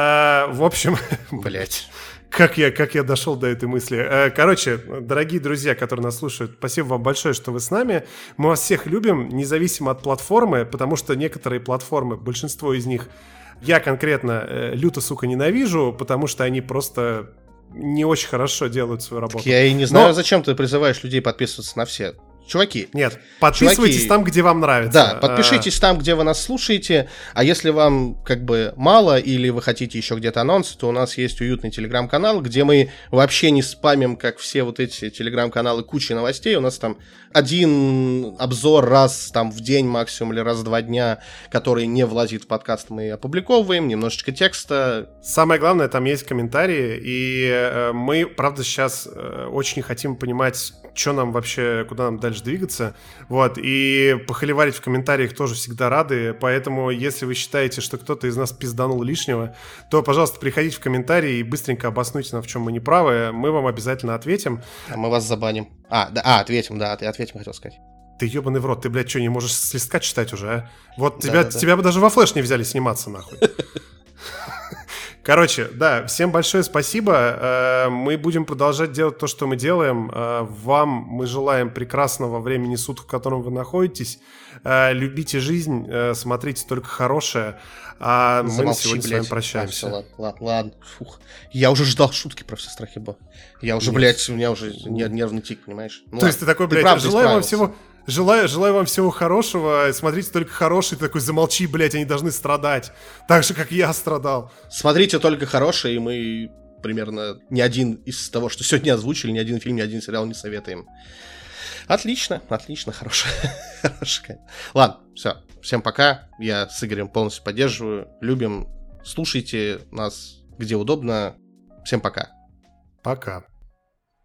В общем... Блядь. Как я дошел до этой мысли. Короче, дорогие друзья, которые нас слушают, спасибо вам большое, что вы с нами. Мы вас всех любим, независимо от платформы, потому что некоторые платформы, большинство из них, я конкретно люто, сука, ненавижу, потому что они просто... не очень хорошо делают свою работу. Так я и не знаю, зачем ты призываешь людей подписываться на все. Чуваки. Нет, подписывайтесь там, где вам нравится. Да, подпишитесь там, где вы нас слушаете. А если вам как бы мало или вы хотите еще где-то анонсы, то у нас есть уютный телеграм-канал, где мы вообще не спамим, как все вот эти телеграм-каналы, куча новостей. У нас там один обзор раз там в день максимум или раз в 2 дня, который не влазит в подкаст, мы опубликовываем, немножечко текста. Самое главное, там есть комментарии, и мы, правда, сейчас очень хотим понимать, что нам вообще, куда нам дальше двигаться, вот, и похоливарить в комментариях тоже всегда рады, поэтому, если вы считаете, что кто-то из нас пизданул лишнего, то, пожалуйста, приходите в комментарии и быстренько обоснуйте нам, в чем мы неправы, мы вам обязательно ответим. А мы вас забаним. Ответим, хотел сказать. Ты ебаный в рот, ты, блядь, что, не можешь с листка читать уже, а? Вот Да. тебя бы даже во флеш не взяли сниматься, нахуй. Короче, да, всем большое спасибо. Мы будем продолжать делать то, что мы делаем. Вам мы желаем прекрасного времени суток, в котором вы находитесь. Любите жизнь, смотрите только хорошее. А мы на сегодня с вами прощаемся. Ладно. Фух. Я уже ждал шутки про все страхи Бо. Я уже, блядь, у меня уже нервный тик, понимаешь? То есть ты такой, блядь, желаю вам всего хорошего, смотрите только хорошее, ты такой, замолчи, блядь, они должны страдать, так же, как я страдал. Смотрите только хорошее, и мы примерно ни один из того, что сегодня озвучили, ни один фильм, ни один сериал не советуем. Отлично, хорошая. Ладно, все, всем пока, я с Игорем полностью поддерживаю, любим, слушайте нас где удобно, всем пока. Пока.